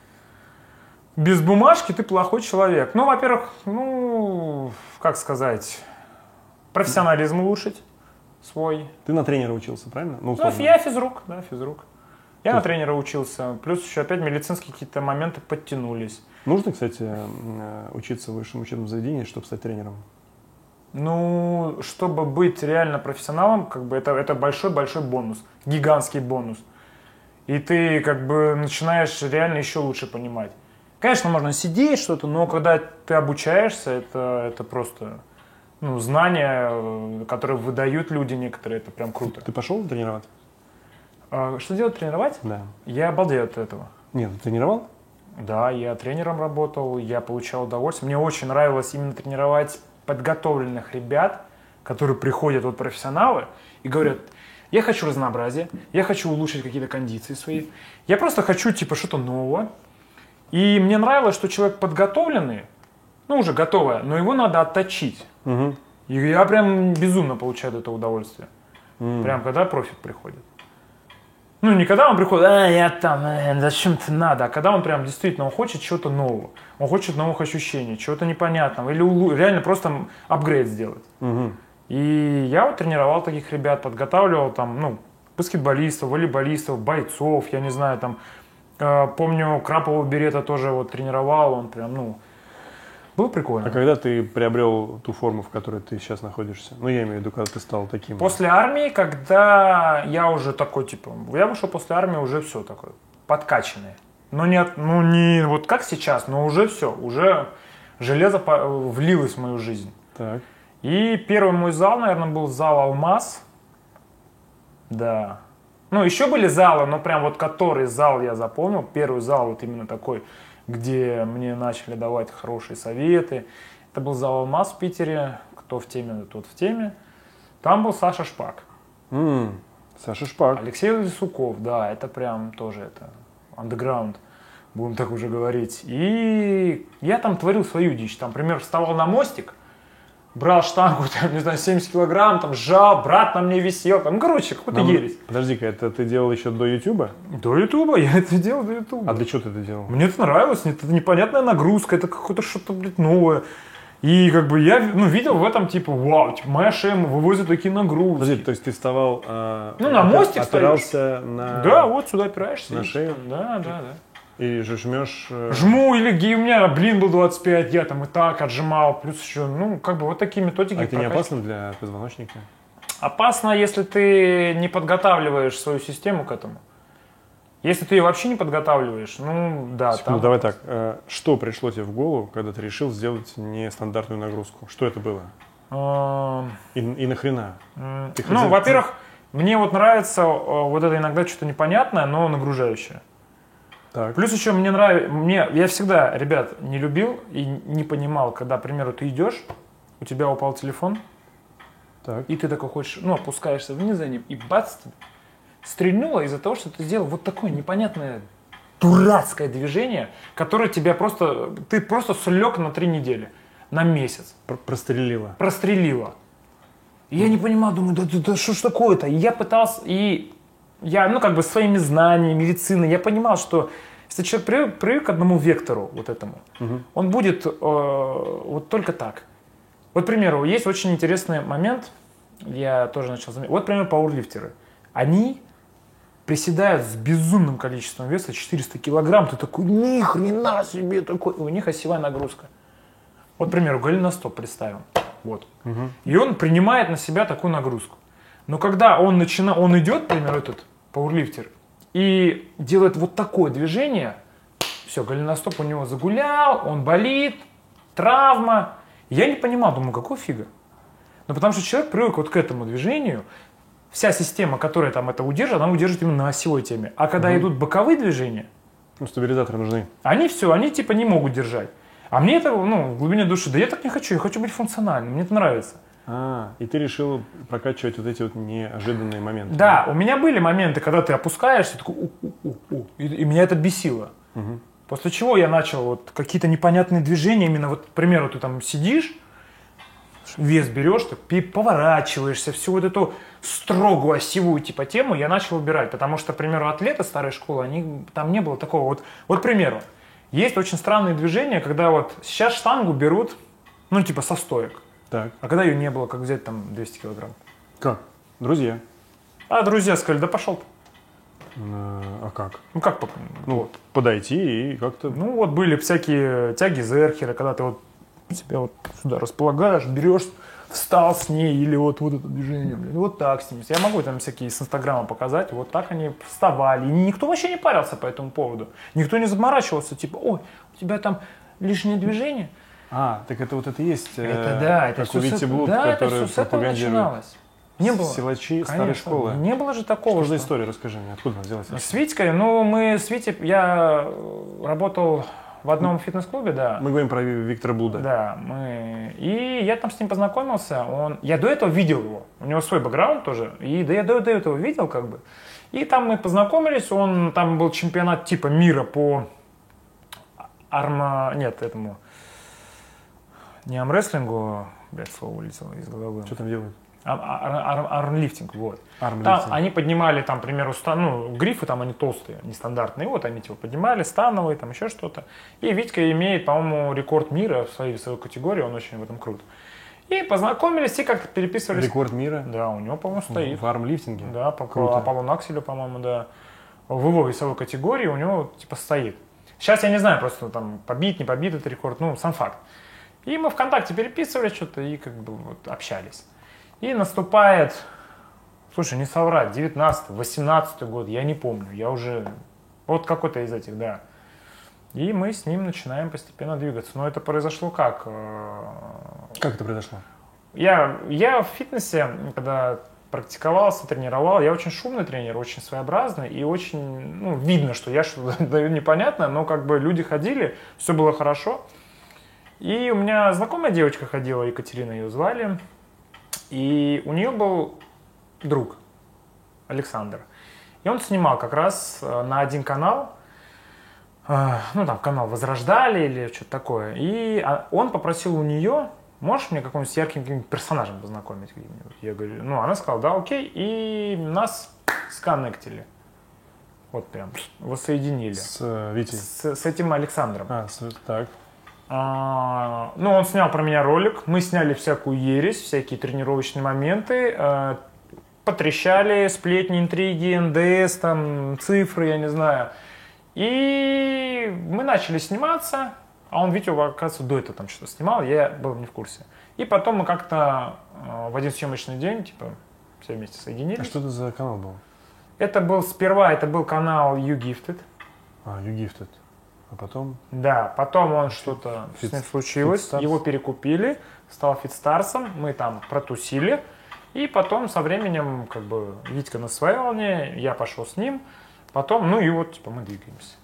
Без бумажки ты плохой человек. Ну, во-первых, ну, как сказать, профессионализм улучшить свой. Ты на тренера учился, правильно? Ну, я физрук, да, физрук. Я на тренера учился, плюс еще опять медицинские какие-то моменты подтянулись. Нужно, кстати, учиться в высшем учебном заведении, чтобы стать тренером? Ну, чтобы быть реально профессионалом, как бы это большой-большой бонус, гигантский бонус. И ты как бы начинаешь реально еще лучше понимать. Конечно, можно сидеть что-то, но когда ты обучаешься, это просто ну, знания, которые выдают люди некоторые, это прям круто. Ты пошел тренировать? Что делать, тренировать? Да. Я обалдею от этого. Нет, ты тренировал? Да, я тренером работал, я получал удовольствие. Мне очень нравилось именно тренировать подготовленных ребят, которые приходят, вот профессионалы, и говорят, я хочу разнообразия, я хочу улучшить какие-то кондиции свои, я просто хочу типа что-то нового. И мне нравилось, что человек подготовленный, ну уже готовое, но его надо отточить. Угу. И я прям безумно получаю от этого удовольствие. Прям когда профик приходит. Ну, не когда он приходит, я там, зачем-то надо, а когда он прям действительно, он хочет чего-то нового, он хочет новых ощущений, чего-то непонятного, или реально просто апгрейд сделать. Угу. И я вот тренировал таких ребят, подготавливал там, ну, баскетболистов, волейболистов, бойцов, я не знаю, там, помню, Крапового Берета тоже вот тренировал, он прям, ну, было прикольно. А когда ты приобрел ту форму, в которой ты сейчас находишься? Ну, я имею в виду, когда ты стал таким. После армии, когда я уже такой, типа, я вышел после армии уже все такое, подкачанный. Но не вот как сейчас, но уже все, уже железо влилось в мою жизнь. Так. И первый мой зал, наверное, был зал «Алмаз». Да. Ну, еще были залы, но прям вот который зал я запомнил. Первый зал вот именно такой, где мне начали давать хорошие советы. Это был зал «Алмаз» в Питере. Кто в теме, тот в теме. Там был Саша Шпак. Саша Шпак. Алексей Лисуков, да, это прям тоже это андеграунд, будем так уже говорить. И я там творил свою дичь. Там, например, вставал на мостик, брал штангу, там, не знаю, 70 килограмм, там, сжал, брат на мне висел, там, ну, короче, какой-то ересь. Подожди-ка, это ты делал еще до Ютуба? До Ютуба, я это делал до Ютуба. А для чего ты это делал? Мне это нравилось, это непонятная нагрузка, это какое-то что-то, блядь, новое. И как бы я, ну, видел в этом, типа, вау, типа, моя шея вывозит такие нагрузки. Подожди, то есть ты вставал, ну, на мостик опирался на... Да, вот сюда опираешься. На шею? Да. И же жмешь... Жму, или у меня блин был 25, я там и так отжимал, плюс еще, ну, как бы вот такие методики. А это не опасно для позвоночника? Опасно, если ты не подготавливаешь свою систему к этому. Если ты ее вообще не подготавливаешь, ну, да. Секунду, давай так, что пришло тебе в голову, когда ты решил сделать нестандартную нагрузку? Что это было? И нахрена? Ну, во-первых, мне вот нравится вот это иногда что-то непонятное, но нагружающее. Так. Плюс еще мне нравится, я всегда, ребят, не любил и не понимал, когда, к примеру, ты идешь, у тебя упал телефон, так. И ты такой хочешь, ну, опускаешься вниз за ним, и бац, стрельнуло из-за того, что ты сделал вот такое непонятное, дурацкое движение, которое тебя просто, ты просто слег на 3 недели, на месяц. Прострелило. И я не понимал, думаю, да что ж такое-то? И я пытался, ну, как бы своими знаниями, медициной, я понимал, что если человек привык к одному вектору, вот этому, он будет вот только так. Вот, к примеру, есть очень интересный момент, я тоже начал заметить. Вот, например, пауэрлифтеры. Они приседают с безумным количеством веса, 400 килограмм, ты такой, ни хрена себе такой, у них осевая нагрузка. Вот, к примеру, голеностоп представим. вот. И он принимает на себя такую нагрузку. Но когда он идет, например, этот пауэрлифтер, и делает вот такое движение, все, голеностоп у него загулял, он болит, травма. Я не понимал, думаю, какого фига? Ну, потому что человек привык вот к этому движению, вся система, которая там это удерживает, она удерживает именно на осевой теме. А когда идут боковые движения, ну, стабилизаторы нужны. они типа не могут держать. А мне это, в глубине души, да я так не хочу, я хочу быть функциональным, мне это нравится. И ты решил прокачивать вот эти вот неожиданные моменты. Да, у меня были моменты, когда ты опускаешься, такой, и меня это бесило. После чего я начал вот какие-то непонятные движения, именно вот, к примеру, ты там сидишь, вес берешь, ты поворачиваешься, всю вот эту строгую осевую типа тему я начал убирать, потому что, к примеру, атлеты старой школы, там не было такого. Вот, к примеру, есть очень странные движения, когда вот сейчас штангу берут, типа со стоек. Так. А когда ее не было, как взять там 200 килограмм? Как? Друзья. А друзья сказали, да пошел ты. А как? Как? Вот, подойти и как-то... Вот были всякие тяги Зерхера, когда ты вот себя вот сюда располагаешь, берешь, встал с ней, или вот это движение, вот так с ним. Я могу там всякие с Инстаграма показать, вот так они вставали. И никто вообще не парился по этому поводу. Никто не заморачивался, типа, ой, у тебя там лишнее движение. Так это вот это есть, это как все у Вити Блуд, который это все с этого начиналось. Не было. Силачи старой школы. Не было же такого. Что за история, расскажи мне, откуда она взялась? С Витькой, я работал в одном фитнес-клубе, да. Мы говорим про Виктора Блуда. Да, и я там с ним познакомился, я до этого видел его, у него свой бэкграунд тоже, и я до этого видел как бы. И там мы познакомились, там был чемпионат типа мира по не армрестлингу, слово вылетело из головы. Что там делают? Армлифтинг, вот. Армлифтинг. Там они поднимали, там, к примеру, грифы там они толстые, нестандартные, вот они типа поднимали, становые, там еще что-то. И Витька имеет, по-моему, рекорд мира в своей весовой категории, он очень в этом крут. И познакомились, и как-то переписывались. Рекорд мира? Да, у него, по-моему, стоит. В армлифтинге? Да, по Аполлону Акселю, по-моему, да. В его весовой категории у него типа стоит. Сейчас я не знаю, просто там побит, не побит этот рекорд, сам факт. И мы ВКонтакте переписывались что-то и как бы вот общались. И наступает, слушай, не соврать, 19-й, 18-й год, я не помню, я уже, вот какой-то из этих, да. И мы с ним начинаем постепенно двигаться. Но это произошло как? Как это произошло? Я в фитнесе, когда практиковался, тренировал, я очень шумный тренер, очень своеобразный и очень, видно, что я что-то даю непонятно, но как бы люди ходили, все было хорошо. И у меня знакомая девочка ходила, Екатерина ее звали, и у нее был друг, Александр. И он снимал как раз на один канал, там канал Возрождали или что-то такое. И он попросил у нее, можешь мне каким-нибудь ярким персонажем познакомить? Я говорю, она сказала, да, окей. И нас сконнектили. Вот прям, воссоединили. С Витей? С этим Александром. Так. Он снял про меня ролик, мы сняли всякую ересь, всякие тренировочные моменты, потрещали, сплетни, интриги, НДС, там, цифры, я не знаю. И мы начали сниматься, а он Витю, оказывается, до этого там что-то снимал, я был не в курсе. И потом мы как-то в один съемочный день, типа, все вместе соединились. А что это за канал был? Это был канал You Gifted. You Gifted. А потом? Да, потом что-то с ним случилось, его перекупили, стал фитстарсом, мы там протусили, и потом со временем, как бы, Витька на своей волне, я пошел с ним, потом, мы двигаемся.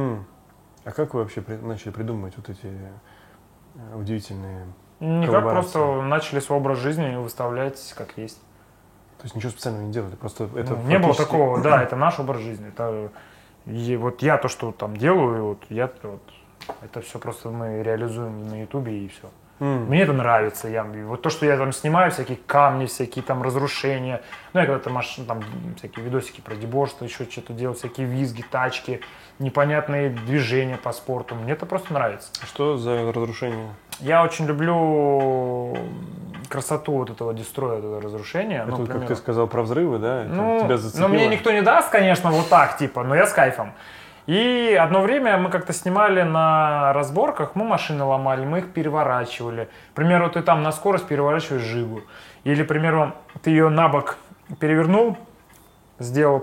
А как вы вообще начали придумывать вот эти удивительные Никак, просто начали свой образ жизни выставлять как есть. То есть ничего специального не делали, просто это не было такого, да, это наш образ жизни, и вот я то, что там делаю, это все просто мы реализуем на Ютубе и все. Мне это нравится. Вот то, что я там снимаю, всякие камни, всякие там разрушения. Я когда-то там всякие видосики про дебошство, еще что-то делал, всякие визги, тачки, непонятные движения по спорту. Мне это просто нравится. Что за разрушение? Я очень люблю красоту вот этого дестроя, этого разрушения. Это как ты сказал про взрывы, да? Это тебя зацепило? Мне никто не даст, конечно, вот так, типа, но я с кайфом. И одно время мы как-то снимали на разборках, мы машины ломали, мы их переворачивали. К примеру, ты там на скорость переворачиваешь Жигу. Или, к примеру, ты ее на бок перевернул, сделал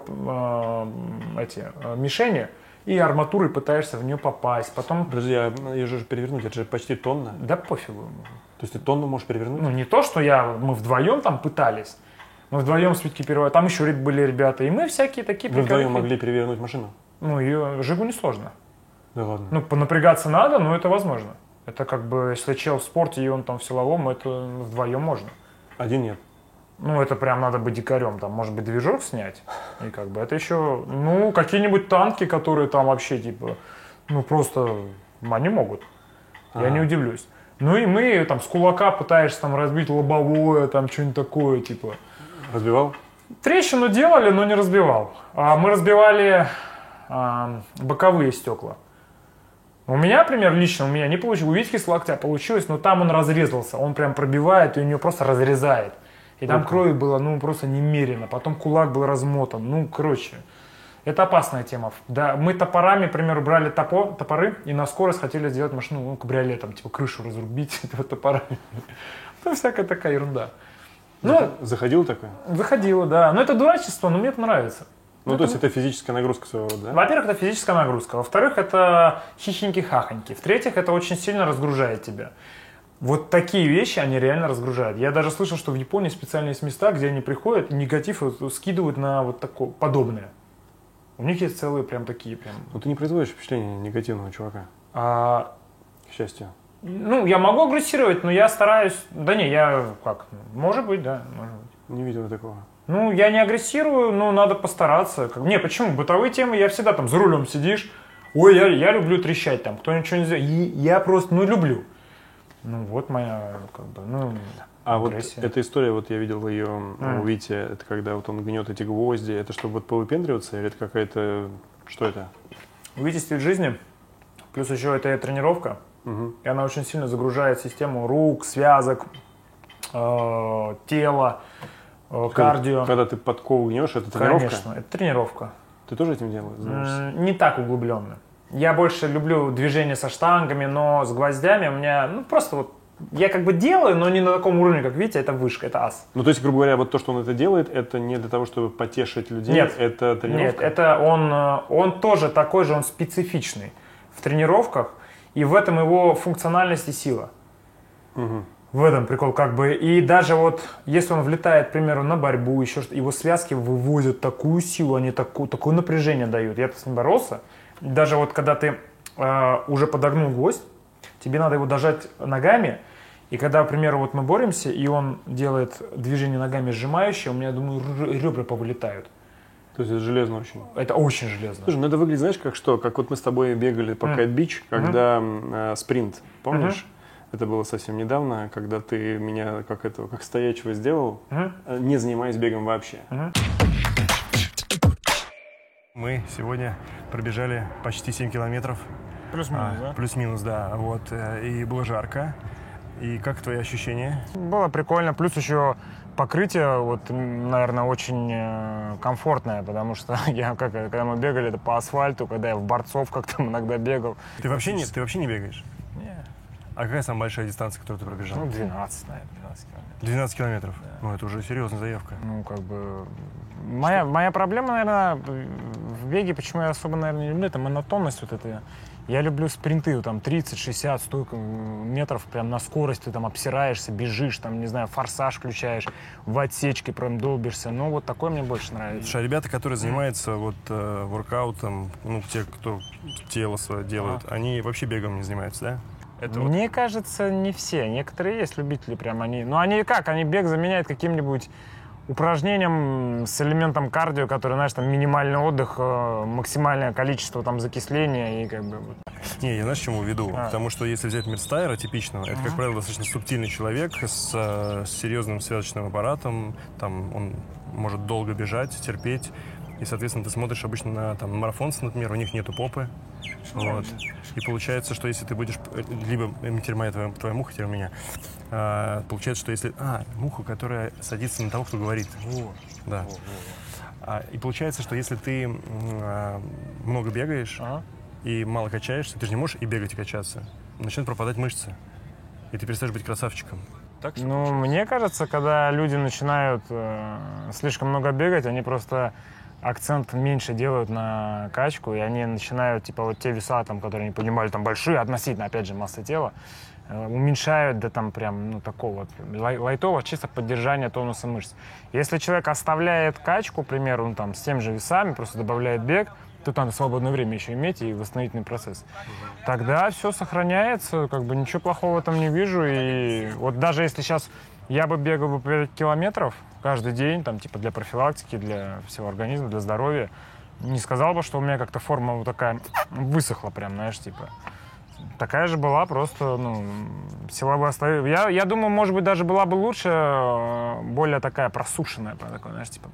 мишени, и арматурой пытаешься в нее попасть. Потом... Подожди, ее же перевернуть, это же почти тонна. Да пофигу. То есть ты тонну можешь перевернуть? Ну, не то, что мы вдвоем там пытались. Мы вдвоем с Витькой переворачивали. Там еще были ребята. И мы всякие такие... Вы вдвоем могли перевернуть машину? Ну, ее Жигу несложно. Да ладно. Ну, понапрягаться надо, но это возможно. Это как бы, если чел в спорте и он там в силовом, это вдвоем можно. Один нет. Ну, это прям надо быть дикарем, там, может быть, движок снять. И как бы это еще, ну, какие-нибудь танки, которые там вообще, типа, ну, просто, они могут. Я не удивлюсь. Ну, и мы там с кулака пытаешься там разбить лобовое, там, что-нибудь такое, типа. Разбивал? Трещину делали, но не разбивал. Мы разбивали боковые стекла. У меня, например, лично, у меня не получилось. У Витьки с локтя получилось, но там он разрезался. Он прям пробивает, и у него просто разрезает. И там крови было, ну, просто немерено. Потом кулак был размотан. Ну, короче, это опасная тема. Да, мы топорами, к примеру, брали топоры и на скорость хотели сделать машину, ну, кабриолетом, типа крышу разрубить топорами. Ну, всякая такая ерунда. Ну, заходило такое? Заходило, да. Но это дурачество, но мне это нравится. Ну, то есть это физическая нагрузка своего рода, да? Во-первых, это физическая нагрузка. Во-вторых, это хихоньки-хахоньки. В-третьих, это очень сильно разгружает тебя. Вот такие вещи, они реально разгружают. Я даже слышал, что в Японии специально есть места, где они приходят и негатив скидывают на вот такое подобное. У них есть целые прям такие прям. Но ты не производишь впечатление негативного чувака. К счастью. Ну, я могу агрессировать, но я стараюсь... Да не, я как? Может быть, да. Может быть. Не видел такого. Ну, я не агрессирую, но надо постараться. Не, почему? Бытовые темы, я всегда там за рулем сидишь. Ой, я люблю трещать там, кто ничего не сделает. Я просто, ну, люблю. Ну, вот моя, как бы, ну, агрессия. Вот эта история, вот я видел ее у Вити, это когда вот он гнет эти гвозди, это чтобы вот повыпендриваться, или это какая-то, что это? У Вити стиль жизни, плюс еще это тренировка, и она очень сильно загружает систему рук, связок, тела, кардио. Когда ты подкову гнешь, это тренировка? Конечно, это тренировка. Ты тоже этим делаешь? Не так углубленно. Я больше люблю движение со штангами, но с гвоздями у меня, ну, просто вот, я как бы делаю, но не на таком уровне, как видите, это вышка, это ас. Ну, то есть, грубо говоря, вот то, что он это делает, это не для того, чтобы потешить людей? Нет. Это тренировка? Нет, это он тоже такой же, он специфичный в тренировках, и в этом его функциональность и сила. В этом прикол, как бы, и даже вот, если он влетает, к примеру, на борьбу, еще что-то, его связки выводят такую силу, они такое напряжение дают. Я-то с ним боролся. Даже вот когда ты уже подогнул гвоздь, тебе надо его дожать ногами, и когда, к примеру, вот мы боремся, и он делает движение ногами сжимающее, у меня, думаю, ребра повылетают. То есть это железно очень? Это очень железно. Слушай, ну это выглядит, знаешь, как что? Как вот мы с тобой бегали по Кайт-Бич, когда спринт, помнишь? Это было совсем недавно, когда ты меня как стоячего сделал, не занимаясь бегом вообще. Мы сегодня пробежали почти 7 километров. Плюс-минус, да? Плюс-минус, да. Вот, и было жарко. И как твои ощущения? Было прикольно. Плюс еще покрытие, вот, наверное, очень комфортное, потому что когда мы бегали, это по асфальту, когда я в борцовках там иногда бегал. Ты вообще не бегаешь? Нет. А какая самая большая дистанция, которую ты пробежал? Ну, 12, наверное, 12 километров. 12 километров? Да. Ну, это уже серьезная заявка. Ну, как бы... Моя проблема, наверное, в беге, почему я особо, наверное, не люблю, это монотонность вот эта. Я люблю спринты, там, 30, 60, 100 метров прям на скорости, там, обсираешься, бежишь, там, не знаю, форсаж включаешь, в отсечке прям долбишься. Ну, вот такое мне больше нравится. Слушай, а ребята, которые занимаются вот воркаутом, ну, те, кто тело свое делают, они вообще бегом не занимаются, да? Мне кажется, не все. Некоторые есть любители прям, они бег заменяют каким-нибудь упражнением с элементом кардио, который, знаешь, там минимальный отдых, максимальное количество там закисления и как бы... Не, я знаешь, чему веду? Потому что если взять Мирстайера типичного, это, как правило, достаточно субтильный человек с серьезным связочным аппаратом, там он может долго бежать, терпеть, и, соответственно, ты смотришь обычно на там, марафонцев, например, у них нету попы, вот. И получается, что если ты будешь, либо твоя муха, теперь у меня, получается, что если... муха, которая садится на того, кто говорит. Да. И получается, что если ты много бегаешь и мало качаешься, ты же не можешь и бегать, и качаться. Начнут пропадать мышцы, и ты перестаешь быть красавчиком. Так, Ну, мне кажется, когда люди начинают слишком много бегать, они просто акцент меньше делают на качку, и они начинают, типа, вот те веса, там, которые они поднимали, там, большие, относительно, опять же, массы тела, уменьшают до там прям, ну, такого вот лайтового, чисто поддержания тонуса мышц. Если человек оставляет качку, к примеру, ну, там, с теми же весами, просто добавляет бег, тут надо свободное время еще иметь и восстановительный процесс. Тогда все сохраняется, как бы ничего плохого в этом не вижу. И вот даже если сейчас я бы бегал бы 5 километров каждый день, там, типа, для профилактики, для всего организма, для здоровья, не сказал бы, что у меня как-то форма вот такая высохла прям, знаешь, типа. Такая же была, просто, ну, сила бы оставила. Я думаю, может быть, даже была бы лучше, более такая просушенная, такой, знаешь, типа,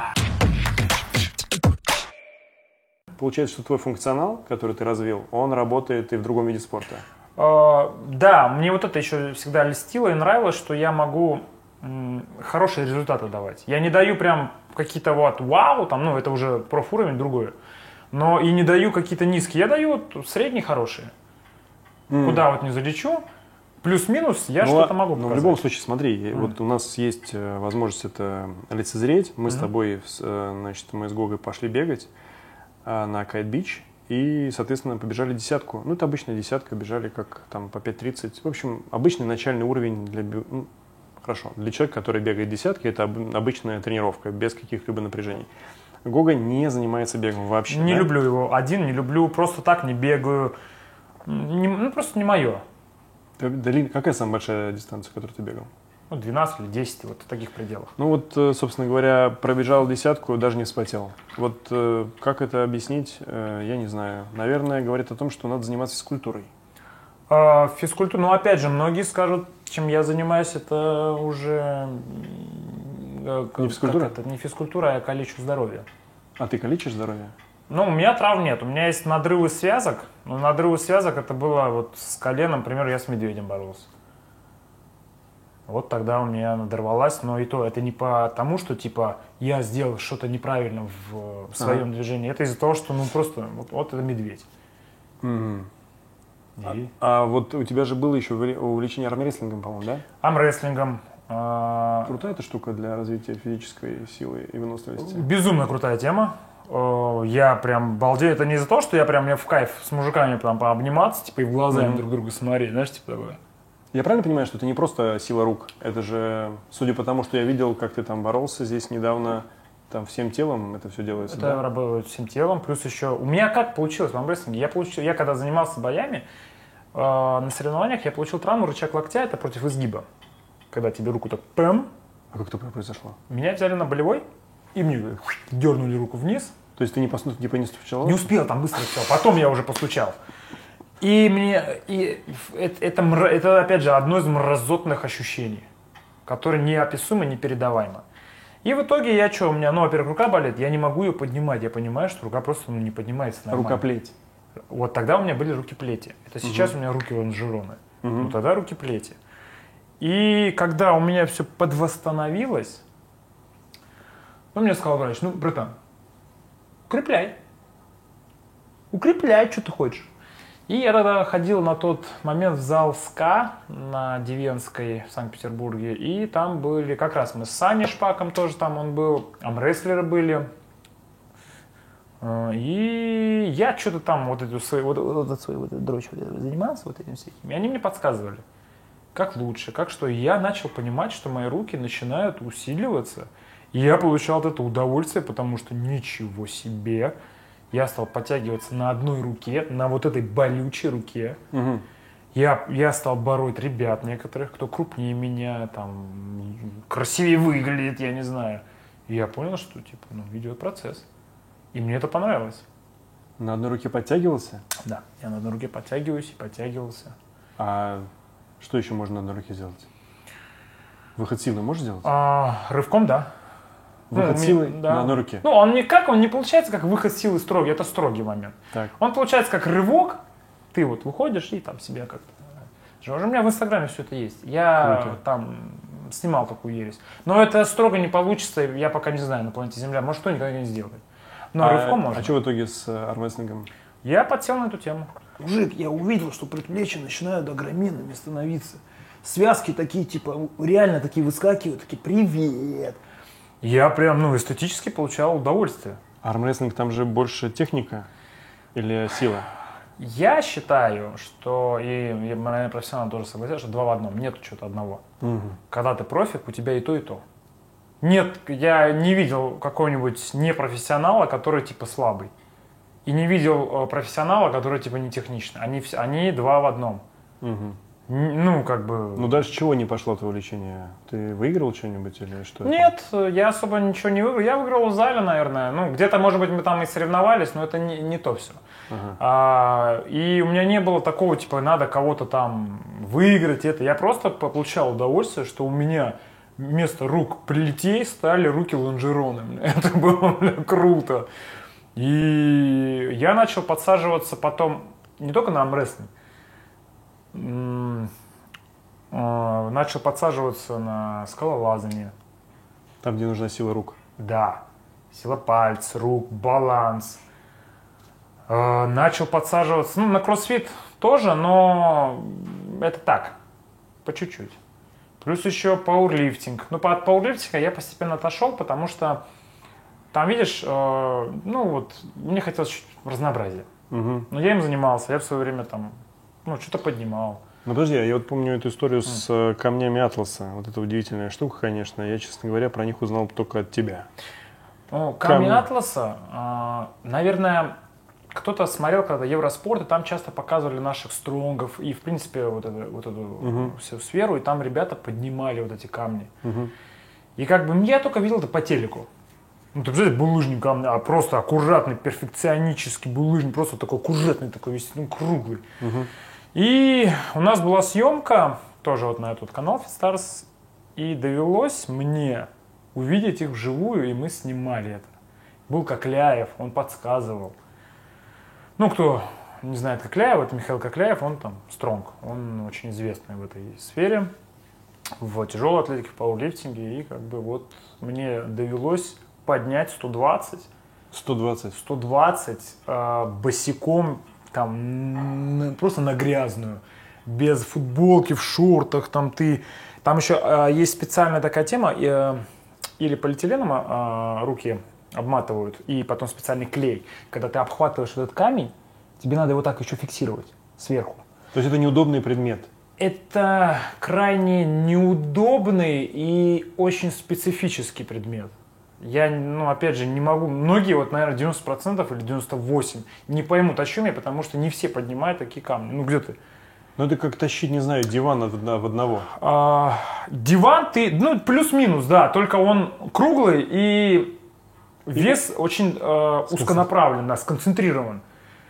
Получается, что твой функционал, который ты развил, он работает и в другом виде спорта. Да, мне вот это еще всегда льстило и нравилось, что я могу хорошие результаты давать. Я не даю прям какие-то вот вау, там, ну, это уже профуровень другой, но и не даю какие-то низкие. Я даю вот средние хорошие. Куда вот не залечу, плюс-минус я что-то могу показать. Но в любом случае, смотри, вот у нас есть возможность это лицезреть. Мы с тобой, значит, мы с Гогой пошли бегать на Кайт-Бич и, соответственно, побежали десятку. Ну, это обычная десятка, бежали как там по 5:30. В общем, обычный начальный уровень для, хорошо, для человека, который бегает десятки, это обычная тренировка, без каких-либо напряжений. Гога не занимается бегом вообще. Не люблю его один, не люблю, просто так не бегаю. Ну, просто не мое. Какая самая большая дистанция, которую ты бегал? Ну, 12 или 10, вот в таких пределах. Ну вот, собственно говоря, пробежал десятку, даже не вспотел. Вот как это объяснить, я не знаю. Наверное, говорит о том, что надо заниматься физкультурой. Физкультура, ну, опять же, многие скажут, чем я занимаюсь, это уже не физкультура? Это не физкультура, а калечу здоровье. А ты калечишь здоровье? Ну, у меня травм нет. У меня есть надрывы связок. Но надрывы связок это было вот с коленом, например, я с медведем боролся. Вот тогда у меня надорвалась, но и то, это не потому, что, типа, я сделал что-то неправильно в своем движении. Это из-за того, что, ну, просто, вот это медведь. А вот у тебя же было еще увлечение армрестлингом, по-моему, да? Армрестлингом. Крутая эта штука для развития физической силы и выносливости? Безумно крутая тема. Я прям балдею. Это не из-за того, что я прям в кайф с мужиками там пообниматься, типа, и в глаза им друг другу смотреть, знаешь, типа такое. Я правильно понимаю, что это не просто сила рук? Это же, судя по тому, что я видел, как ты там боролся здесь недавно, там всем телом это все делается, это работает всем телом, плюс еще... У меня как получилось в армрестлинге? Я когда занимался боями, на соревнованиях я получил травму рычаг локтя, это против изгиба. Когда тебе руку так пэм. А как это произошло? Меня взяли на болевой, и мне дернули руку вниз. То есть ты не стучал? Не успел, там быстро все. Потом я уже постучал. Это, опять же, одно из мразотных ощущений, которое неописуемо, непередаваемо. И в итоге у меня, во-первых, рука болит, я не могу ее поднимать. Я понимаю, что рука просто не поднимается нормально. Рукоплеть. Вот тогда у меня были руки-плети. Это сейчас у меня руки лонжероны. Ну тогда руки-плети. И когда у меня все подвосстановилось, мне сказал врач, братан, укрепляй, что ты хочешь. И я тогда ходил на тот момент в зал СКА на Дивенской в Санкт-Петербурге. И там были, как раз мы с Саней Шпаком тоже там он был, армрестлеры были. И я что-то там вот эту свою дрочь занимался вот этим всяким. И они мне подсказывали, как лучше, как что. И я начал понимать, что мои руки начинают усиливаться. И я получал от этого удовольствие, потому что ничего себе. Я стал подтягиваться на одной руке, на вот этой болючей руке. Я стал бороть ребят некоторых, кто крупнее меня, там, красивее выглядит, я не знаю. И я понял, что идет процесс. И мне это понравилось. На одной руке подтягивался? Да, я на одной руке подтягиваюсь и подтягивался. А что еще можно на одной руке сделать? Выход силы можешь сделать? Рывком, да. Выход силы на одной руке? Он не получается как выход силы строгий, это строгий момент. Так. Он получается как рывок, ты вот выходишь и там себя как-то... Уже у меня в Инстаграме все это есть. Я там снимал такую ересь. Но это строго не получится, я пока не знаю, на планете Земля. Может, кто никогда не сделает. Но рывком можно. А что в итоге с армрестлингом? Я подсел на эту тему. Мужик, я увидел, что предплечья начинают огроменными становиться. Связки такие, типа, реально такие выскакивают, такие, привет. Я прям, эстетически получал удовольствие. Армрестлинг там же больше техника или сила? Я считаю, что, и наверное, профессионалы тоже согласятся, что 2 в 1, нету чего-то одного. Угу. Когда ты профик, у тебя и то, и то. Нет, я не видел какого-нибудь непрофессионала, который типа слабый. И не видел профессионала, который типа не техничный. Они 2 в 1. Угу. Ну, дальше чего не пошло твое увлечение? Ты выиграл что-нибудь или что? Нет, я особо ничего не выиграл. Я выиграл в зале, наверное. Где-то, может быть, мы там и соревновались, но это не то все. Ага. И у меня не было такого, типа, надо кого-то там выиграть. Я просто получал удовольствие, что у меня вместо рук плетей стали руки лонжероны. Это было, круто. И я начал подсаживаться потом не только на армрестлинг, начал подсаживаться на скалолазание. Там, где нужна сила рук. Да. Сила пальцев, рук, баланс. Начал подсаживаться, на кроссфит тоже, но это так, по чуть-чуть. Плюс еще пауэрлифтинг. От пауэрлифтинга я постепенно отошел, потому что там, видишь, мне хотелось чуть разнообразия. Угу. Но я им занимался, я в свое время там, что-то поднимал. Ну подожди, я вот помню эту историю с камнями Атласа. Вот это удивительная штука, конечно. Я, честно говоря, про них узнал только от тебя. Камни Атласа, наверное, кто-то смотрел когда Евроспорт, и там часто показывали наших стронгов и, в принципе, вот эту всю сферу, и там ребята поднимали вот эти камни. И я только видел это по телеку. Ты представляешь, булыжник камня, а просто аккуратный, перфекционический булыжник, просто такой аккуратный, такой весь, круглый. И у нас была съемка, тоже вот на этот канал FitStars, и довелось мне увидеть их вживую, и мы снимали это. Был Кокляев, он подсказывал. Кто не знает Кокляева, это Михаил Кокляев, он там стронг, он очень известный в этой сфере, в тяжелой атлетике, в пауэрлифтинге, и мне довелось поднять 120. 120 босиком, там просто на грязную, без футболки, в шортах, там еще есть специальная такая тема, или полиэтиленом руки обматывают, и потом специальный клей. Когда ты обхватываешь этот камень, тебе надо его так еще фиксировать сверху. То есть это неудобный предмет? Это крайне неудобный и очень специфический предмет. Я, опять же, не могу, многие, наверное, 90% или 98% не поймут, о чем я, потому что не все поднимают такие камни. Где ты? Это как тащить, не знаю, диван в одного. Диван плюс-минус, да, только он круглый и вес очень узконаправлен, сконцентрирован.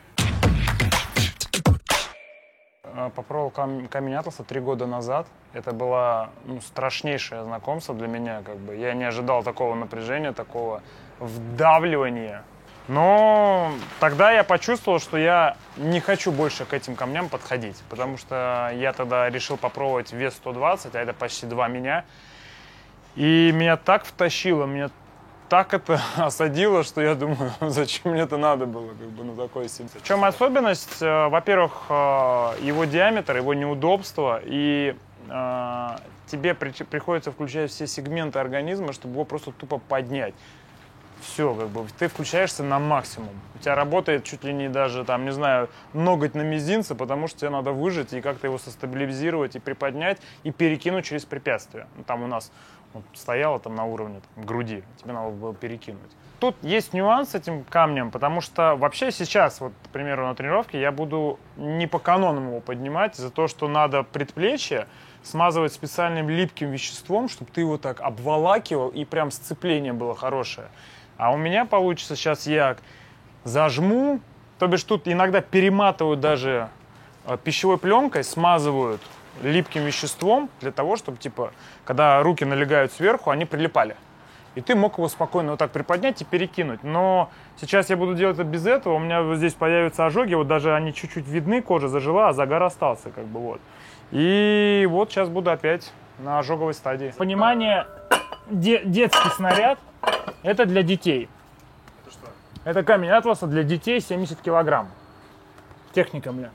Попробовал камень Атласа 3 года назад. Это было страшнейшее знакомство для меня. Я не ожидал такого напряжения, такого вдавливания. Но тогда я почувствовал, что я не хочу больше к этим камням подходить. Потому что я тогда решил попробовать вес 120, а это почти 2 меня. И меня так втащило, меня так это осадило, что я думаю, зачем мне это надо было на такой силе. В чем особенность? Во-первых, его диаметр, его неудобство, и тебе приходится включать все сегменты организма, чтобы его просто тупо поднять. Все, ты включаешься на максимум. У тебя работает чуть ли не даже, ноготь на мизинце, потому что тебе надо выжать и как-то его состабилизировать и приподнять, и перекинуть через препятствия. Там у нас стояло на уровне груди, тебе надо было перекинуть. Тут есть нюанс с этим камнем, потому что вообще сейчас, к примеру, на тренировке я буду не по канонам его поднимать, из-за того, что надо предплечье смазывать специальным липким веществом, чтобы ты его так обволакивал и прям сцепление было хорошее. А у меня получится, сейчас я зажму, то бишь тут иногда перематывают даже пищевой пленкой, смазывают липким веществом для того, чтобы, когда руки налегают сверху, они прилипали. И ты мог его спокойно вот так приподнять и перекинуть. Но сейчас я буду делать это без этого. У меня вот здесь появятся ожоги, даже они чуть-чуть видны, кожа зажила, а загар остался, И вот сейчас буду опять на ожоговой стадии. Понимание, детский снаряд – это для детей. Это что? Это камень атласа для детей 70 килограмм. Техника, бля.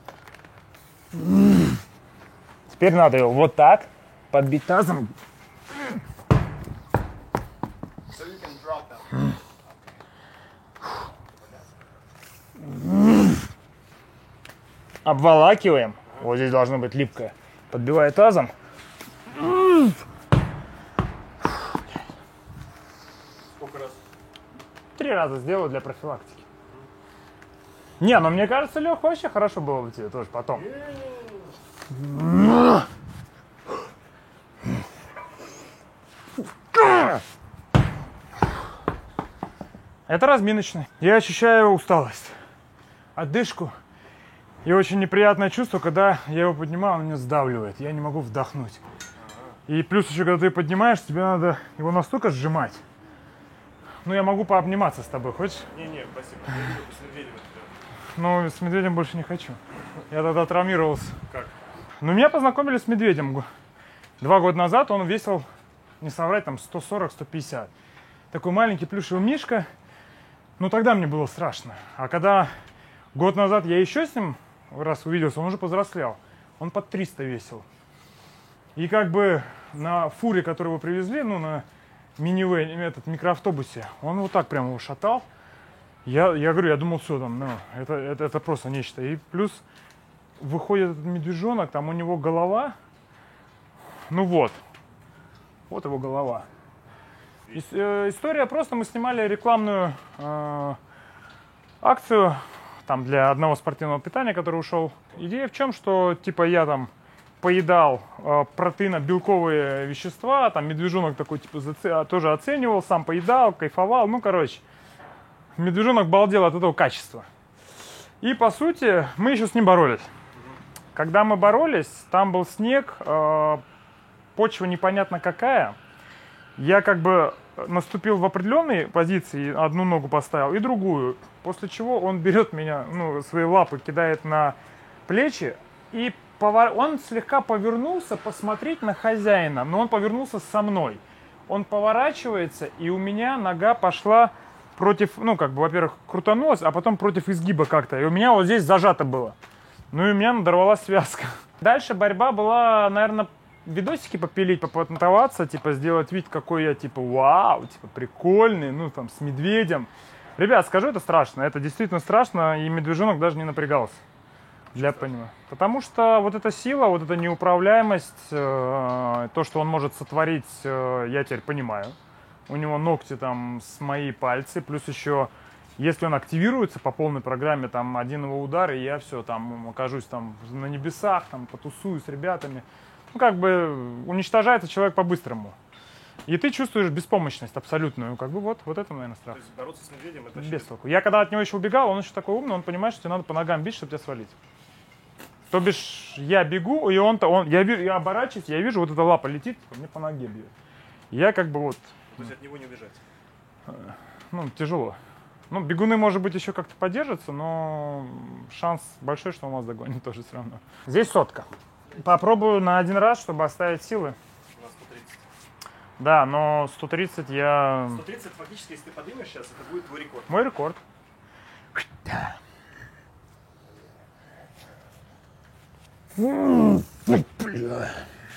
Теперь надо его вот так подбить тазом. Обволакиваем. Вот здесь должно быть липкое. Подбивая тазом. Сколько раз? 3 раза сделаю для профилактики. Не, ну мне кажется, Лех, вообще хорошо было бы тебе тоже потом. Это разминочный. Я ощущаю усталость, отдышку. И очень неприятное чувство, когда я его поднимаю, он меня сдавливает. Я не могу вдохнуть. И плюс еще, когда ты поднимаешь, тебе надо его настолько сжимать. Ну, я могу пообниматься с тобой, хочешь? Не, спасибо. Я видел с медведем это. Ну, с медведем больше не хочу. Я тогда травмировался. Как? Ну, меня познакомили с медведем. 2 года назад он весил, не соврать, там 140-150. Такой маленький плюшевый мишка. Ну, тогда мне было страшно. А когда год назад я еще с ним раз увиделся, он уже повзрослел. Он под 300 весил. И как бы на фуре, которую вы привезли, ну, на микроавтобусе, он вот так прямо его шатал. Я говорю, я думал, все там, ну, это просто нечто. И плюс выходит этот медвежонок, там у него голова, ну вот его голова. История просто, мы снимали рекламную акцию там для одного спортивного питания, который ушел. Идея в чем, что типа я там поедал протеино-белковые вещества, там медвежонок такой типа тоже оценивал, сам поедал, кайфовал, ну короче. Медвежонок балдел от этого качества. И по сути мы еще с ним боролись. Когда мы боролись, там был снег, почва непонятно какая. Я как бы наступил в определенные позиции, одну ногу поставил и другую. После чего он берет меня, ну, свои лапы кидает на плечи и он слегка повернулся посмотреть на хозяина, но он повернулся со мной. Он поворачивается, и у меня нога пошла против, ну, как бы, во-первых, крутанулась, а потом против изгиба как-то. И у меня вот здесь зажато было. Ну, и у меня надорвалась связка. Дальше борьба была, наверное, видосики попилить, попатентоваться, типа, сделать вид, какой я, типа, вау, типа, прикольный, ну, там, с медведем. Ребят, скажу, это страшно. Это действительно страшно, и медвежонок даже не напрягался. Для понимания. Потому что вот эта сила, вот эта неуправляемость, то, что он может сотворить, я теперь понимаю. У него ногти там с мои пальцы, плюс еще, если он активируется по полной программе, там один его удар, и я все, там окажусь там на небесах, там потусую с ребятами. Ну, как бы уничтожается человек по-быстрому. И ты чувствуешь беспомощность абсолютную. Как бы вот это, наверное, страх. То есть бороться с медведем это без толку. Я когда от него еще убегал, он еще такой умный, он понимает, что тебе надо по ногам бить, чтобы тебя свалить. То бишь, я бегу, и я оборачиваюсь, я вижу, вот эта лапа летит, мне по ноге бьет. Я как бы вот... То есть от него не убежать? Ну, тяжело. Ну, бегуны, может быть, еще как-то поддержатся, но шанс большой, что он вас догонит тоже все равно. Здесь 100. Попробую на 1 раз, чтобы оставить силы. У нас 130. Да, но 130 я... 130 фактически, если ты поднимешь сейчас, это будет твой рекорд. Мой рекорд. Бля.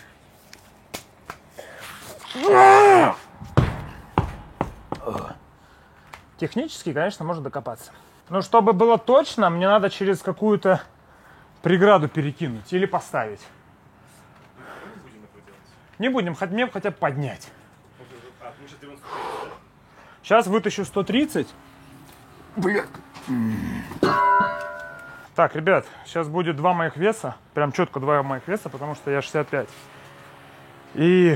Технически, конечно, можно докопаться. Но чтобы было точно, мне надо через какую-то преграду перекинуть или поставить. Не будем этого делать. Не будем, мне хотя бы поднять. А, мы сейчас делаем 130, да? Сейчас вытащу 130. Бля. Так, ребят, сейчас будет 2 моих веса. Прям четко 2 моих веса, потому что я 65. И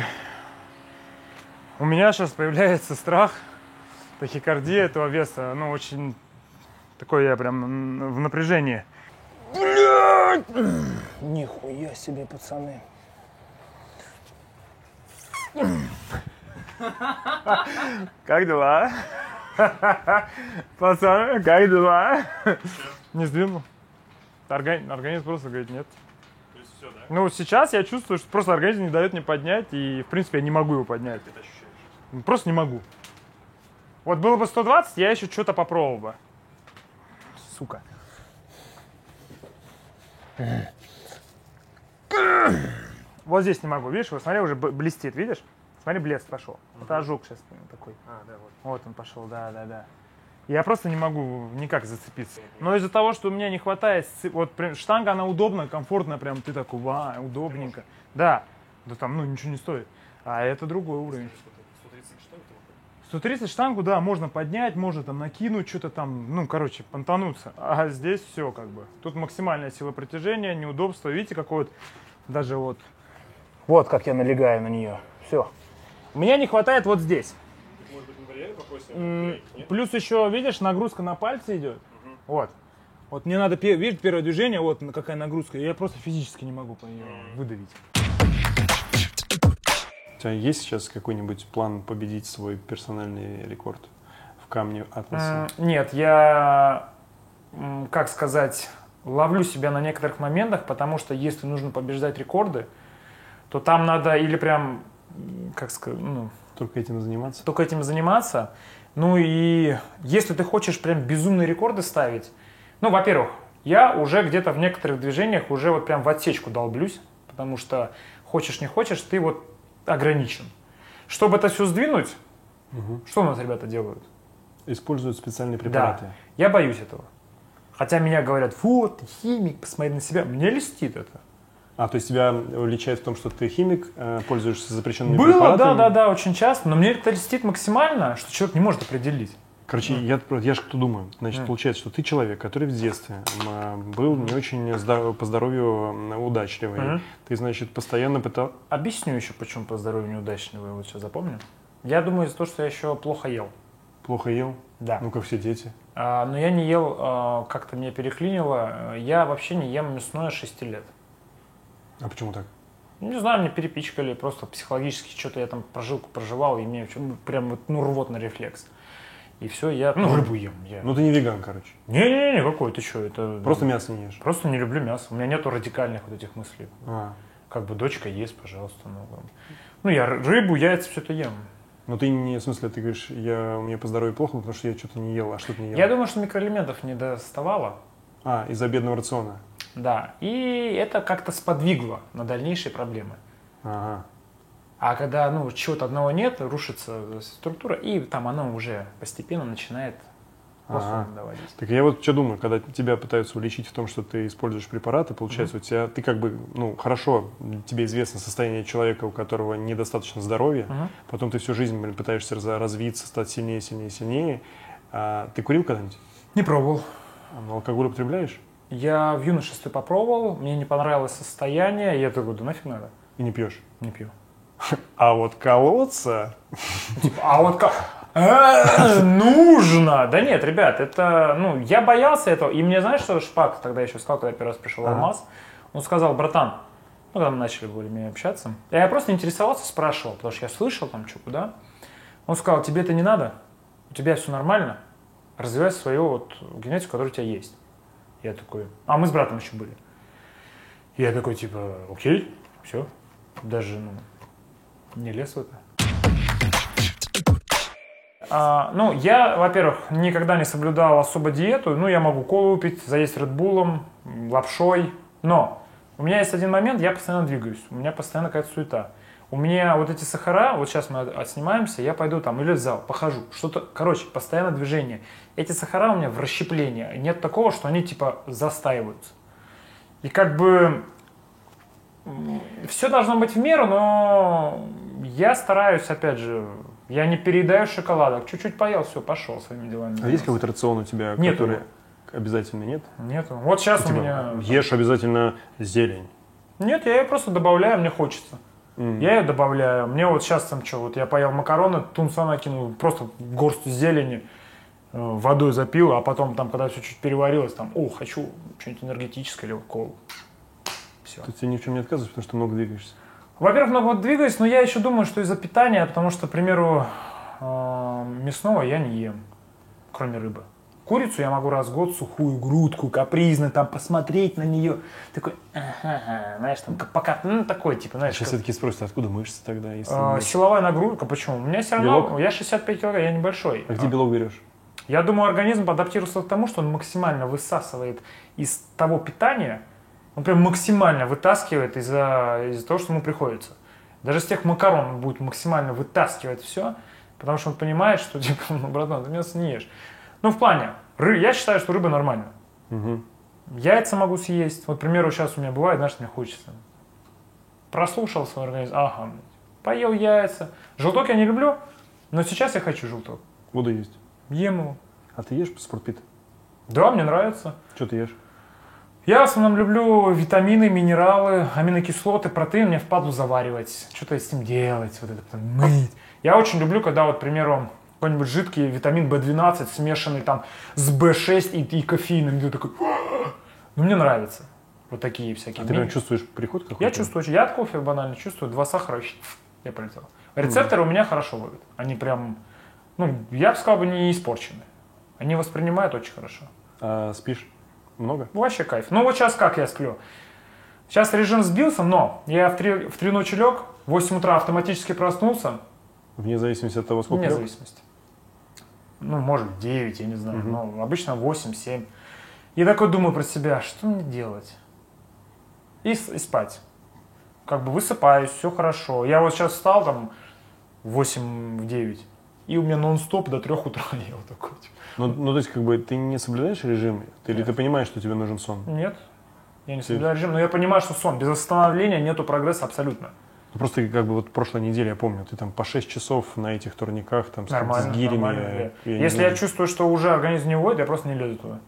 у меня сейчас появляется страх, тахикардия этого веса. Ну, очень такой я прям в напряжении. Блядь! Нихуя себе, пацаны. Как дела? Пацаны, как дела? Не сдвинул. Организм просто говорит нет. То есть все, все, да? Ну, сейчас я чувствую, что просто организм не дает мне поднять, и, в принципе, я не могу его поднять. Ты это ощущаешь? Просто не могу. Вот было бы 120, я еще что-то попробовал бы. Сука. Вот здесь не могу, видишь, вот смотри, уже блестит, видишь? Смотри, блеск пошел. Это ожог сейчас такой. А, да, вот. Вот он пошел, да. Я просто не могу никак зацепиться. Но из-за того, что у меня не хватает, вот прям штанга, она удобная, комфортная, прям ты такой, удобненько. Да, там, ничего не стоит. А это другой уровень. 130 штангу, да, можно поднять, можно там накинуть, что-то там, понтануться. А здесь все как бы. Тут максимальная сила притяжения, неудобство. Видите, какой вот, даже вот. Вот как я налегаю на нее. Все. Мне не хватает вот здесь. Может быть, на попросим? Плюс еще, видишь, нагрузка на пальцы идет. Вот. Вот мне надо, видишь, первое движение, вот какая нагрузка. Я просто физически не могу по нее выдавить. У тебя есть сейчас какой-нибудь план победить свой персональный рекорд в камне Атласа? Нет, я, как сказать, ловлю себя на некоторых моментах, потому что если нужно побеждать рекорды, то там надо или прям, как сказать, Только этим заниматься? только этим заниматься. Ну и если ты хочешь прям безумные рекорды ставить, во-первых, я уже где-то в некоторых движениях уже вот прям в отсечку долблюсь, потому что хочешь не хочешь, ты вот ограничен. Чтобы это все сдвинуть, что у нас ребята делают? Используют специальные препараты. Да, я боюсь этого. Хотя меня говорят, вот, ты химик, посмотри на себя. Мне льстит это. А, то есть тебя уличают в том, что ты химик, пользуешься запрещенными Было, препаратами? да, очень часто. Но мне это льстит максимально, что человек не может определить. Короче, я же кто думаю. Значит, получается, что ты человек, который в детстве был не очень по здоровью удачливый. Ты, значит, постоянно пытал... Объясню еще, почему по здоровью неудачливый, вот сейчас запомню. Я думаю, из-за того, что я еще плохо ел. Плохо ел? Да. Ну, как все дети. Но я не ел, как-то меня переклинило. Я вообще не ем мясное 6 лет. А почему так? Не знаю, мне перепичкали, просто психологически что-то я там прожилку проживал, и мне прям вот, рвотный рефлекс. И все, я, рыбу ем. Ну, ты не веган, короче. Не-не-не, какой, ты что, это... Просто мясо не ешь. Просто не люблю мясо, у меня нету радикальных вот этих мыслей. А. Как бы дочка ест, пожалуйста. Я рыбу, яйца, все это ем. Ну, ты не, в смысле, ты говоришь, у меня по здоровью плохо, потому что я что-то не ел, а что ты не ел? Я думаю, что микроэлементов не доставало. А, из-за бедного рациона. Да, и это как-то сподвигло на дальнейшие проблемы. Ага. А когда, чего-то одного нет, рушится структура, и там оно уже постепенно начинает плохо доводить. Так я вот что думаю, когда тебя пытаются уличить в том, что ты используешь препараты, получается, у тебя, ты как бы, хорошо, тебе известно состояние человека, у которого недостаточно здоровья, потом ты всю жизнь, пытаешься развиться, стать сильнее, сильнее, сильнее. А ты курил когда-нибудь? Не пробовал. Алкоголь употребляешь? Я в юношестве попробовал, мне не понравилось состояние, я такой, да нафиг надо. И не пьешь? Не пью. А вот колоться... А вот как... Нужно! Да нет, ребят, это, я боялся этого. И мне, знаешь, что Шпак тогда еще сказал, когда я первый раз пришел в Алмаз? Он сказал, братан, когда мы начали более-менее общаться, я просто интересовался, спрашивал, потому что я слышал там, что, куда. Он сказал, тебе это не надо, у тебя все нормально, развивай свою вот генетику, которая у тебя есть. Я такой, а мы с братом еще были. Я такой, типа, окей, все, даже, не лез в это. Я, во-первых, никогда не соблюдал особо диету. Я могу колу выпить, заесть редбулом, лапшой. Но у меня есть один момент, я постоянно двигаюсь. У меня постоянно какая-то суета. У меня вот эти сахара, вот сейчас мы отснимаемся, я пойду там или в зал, похожу. Что-то, постоянно движение. Эти сахара у меня в расщеплении. Нет такого, что они типа застаиваются. И как бы все должно быть в меру, но я стараюсь, опять же, я не переедаю шоколадок. Чуть-чуть поел, все, пошел своими делами. А есть какой-то рацион у тебя, Нету. который обязательно нет? Нету. Вот сейчас у меня... Ешь обязательно зелень. Нет, я ее просто добавляю, мне хочется. Я ее добавляю. Мне вот сейчас там что, вот я поел макароны, тунца накинул, просто горсть зелени, водой запил, а потом там, когда все чуть переварилось, там, хочу что-нибудь энергетическое или колу. Все. Ты тебе ни в чем не отказываешь, потому что много двигаешься? Во-первых, много двигаюсь, но я еще думаю, что из-за питания, потому что, к примеру, мясного я не ем, кроме рыбы. Курицу я могу раз в год сухую, грудку, капризно, там, посмотреть на нее. Такой, ага, знаешь, там, пока, ну, такой, типа, знаешь. Сейчас все-таки спросят, откуда мышцы тогда? Если Силовая нагрузка, почему? У меня все равно, Белок? я 65 килограмм, я небольшой. А где белок берешь? Я думаю, организм адаптировался к тому, что он максимально высасывает из того питания, он прям максимально вытаскивает из-за того, что ему приходится. Даже с тех макарон он будет максимально вытаскивать все, потому что он понимает, что, типа, ну, братан, ты мясо не ешь. Ну, в плане, я считаю, что рыба нормально. Угу. Яйца могу съесть. Вот, к примеру, сейчас у меня бывает, знаешь, мне хочется. Прослушал свой организм, ага, поел яйца. Желток я не люблю, но сейчас я хочу желток. Буду есть. Ем его. А ты ешь спортпит? Да, мне нравится. Что ты ешь? Я в основном люблю витамины, минералы, аминокислоты, протеин мне впадлу заваривать, что-то с ним делать, вот это потом мыть. Я очень люблю, когда, вот, к примеру, какой-нибудь жидкий витамин В12 смешанный там с В6 и кофеином, ты такой, ну мне нравится. Вот такие всякие. А ты прям чувствуешь приход какой-то? Я чувствую, я от кофе банально чувствую, 2 сахара, я полетел. Рецепторы у меня хорошо ловят, они прям, ну, я бы сказал, не испорчены. Они воспринимают очень хорошо. А спишь много? Вообще кайф. Ну вот сейчас как я сплю. Сейчас режим сбился, но я в 3 ночи лег, в 8 утра автоматически проснулся. Вне зависимости от того, сколько Вне лег? зависимости. Ну, может, 9, я не знаю. Но обычно 8-7. И такой думаю про себя, что мне делать? И спать. Как бы высыпаюсь, все хорошо. Я вот сейчас встал там в 8-9. И у меня нон-стоп до 3 утра я вот такой. Типа. Ну, то есть, как бы, ты не соблюдаешь режим? Или ты понимаешь, что тебе нужен сон? Нет, я не соблюдаю режим, но я понимаю, что сон. Без восстановления нету прогресса абсолютно. Ну, просто, как бы, вот прошлой неделе, я помню, ты там по 6 часов на этих турниках, там, Нормально, с гирями. нормально. Если я чувствую, что уже организм не вводит, я просто не лезу туда.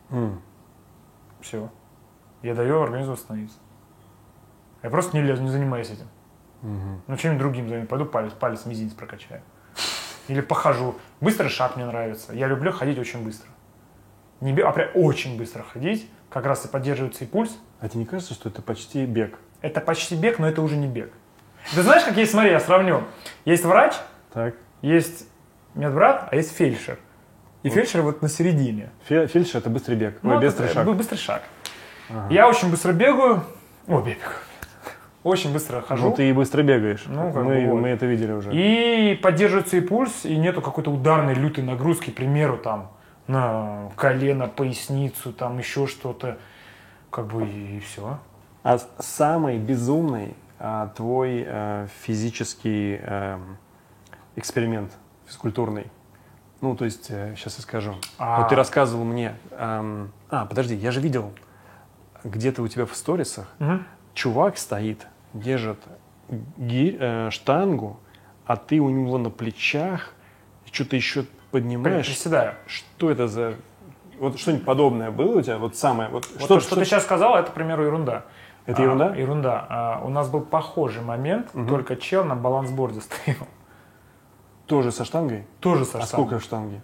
Все. Я даю организму восстановиться. Я просто не лезу, не занимаюсь этим. Ну, чем-нибудь другим займусь. Пойду палец мизинец прокачаю. Или похожу. Быстрый шаг мне нравится. Я люблю ходить очень быстро. А прям очень быстро ходить. Как раз и поддерживается и пульс. А тебе не кажется, что это почти бег? Это почти бег, но это уже не бег. Ты знаешь, как есть, смотри, я сравню. Есть врач, Так. есть медбрат, а есть фельдшер. И фельдшер вот на середине. Фельдшер – это быстрый бег. Ну, быстрый шаг. Быстрый шаг. Я очень быстро бегаю. Бегаю. Очень быстро хожу. Ну, ты и быстро бегаешь. Ну, как бы вот. Мы это видели уже. И поддерживается и пульс, и нету какой-то ударной лютой нагрузки, к примеру, там, на колено, поясницу, там, еще что-то. Как бы и все. А самый безумный твой физический эксперимент физкультурный? Ну, то есть, сейчас я скажу. Вот ты рассказывал мне. Подожди, я же видел где-то у тебя в сторисах чувак стоит, держит штангу, а ты у него на плечах что-то еще поднимаешь. Приседаю. Что это за... Вот что-нибудь подобное было у тебя? Вот самое... Вот что ты сейчас сказал, это, к примеру, ерунда. Это ерунда? Ерунда. У нас был похожий момент, только чел на балансборде стоял. Тоже со штангой? Тоже со штангой. А сколько штанги?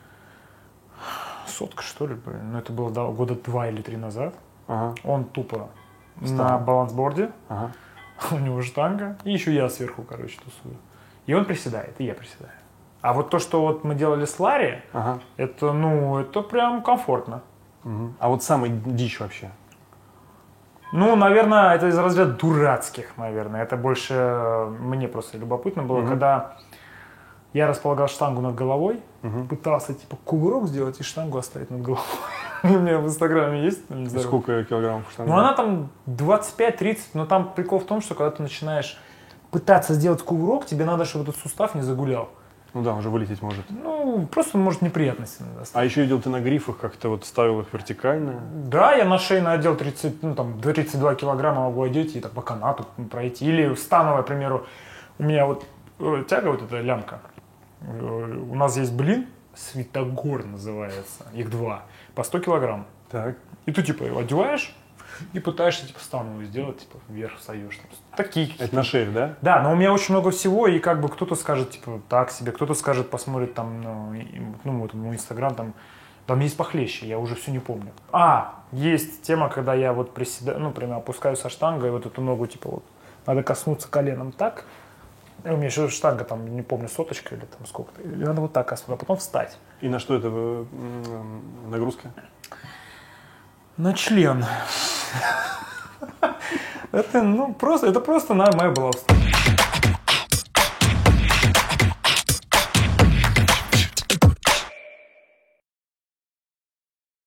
100, что ли, блин. Ну, это было года 2 или 3 назад. Ага. Он тупо на балансборде, у него штанга, и еще я сверху, короче, тусую. И он приседает, и я приседаю. А вот то, что вот мы делали с Ларри, это, ну, это прям комфортно. А вот самый дичь вообще? Ну, наверное, это из разряда дурацких, наверное. Это больше мне просто любопытно было, когда я располагал штангу над головой, пытался типа кувырок сделать и штангу оставить над головой. У меня в Инстаграме есть. Сколько килограммов штанга? Ну, она там 25-30, но там прикол в том, что когда ты начинаешь пытаться сделать кувырок, тебе надо, чтобы этот сустав не загулял. Ну да, уже вылететь может. Ну, просто может неприятности. А еще видел ты на грифах, как ты вот ставил их вертикально. Да, я на шейный отдел 32 килограмма могу одеть и так по канату пройти. Или становая, к примеру, у меня вот тяга, вот эта лямка. У нас есть блин, Святогор называется, их 2, по 100 килограмм. Так. И ты типа его одеваешь и пытаешься типа становую сделать, типа вверх встаешь. Там, такие. Это на шею, да? Да, но у меня очень много всего, и как бы кто-то скажет типа так себе, кто-то скажет, посмотрит там, ну вот мой Инстаграм, там есть похлеще, я уже все не помню. Есть тема, когда я вот приседаю, ну, прямо опускаю со штангой, вот эту ногу, типа вот, надо коснуться коленом так, И у меня еще штанга, там, не помню, соточка или там сколько-то. И надо вот так, а потом встать. И на что это нагрузка? На член. Это просто моя была усталость.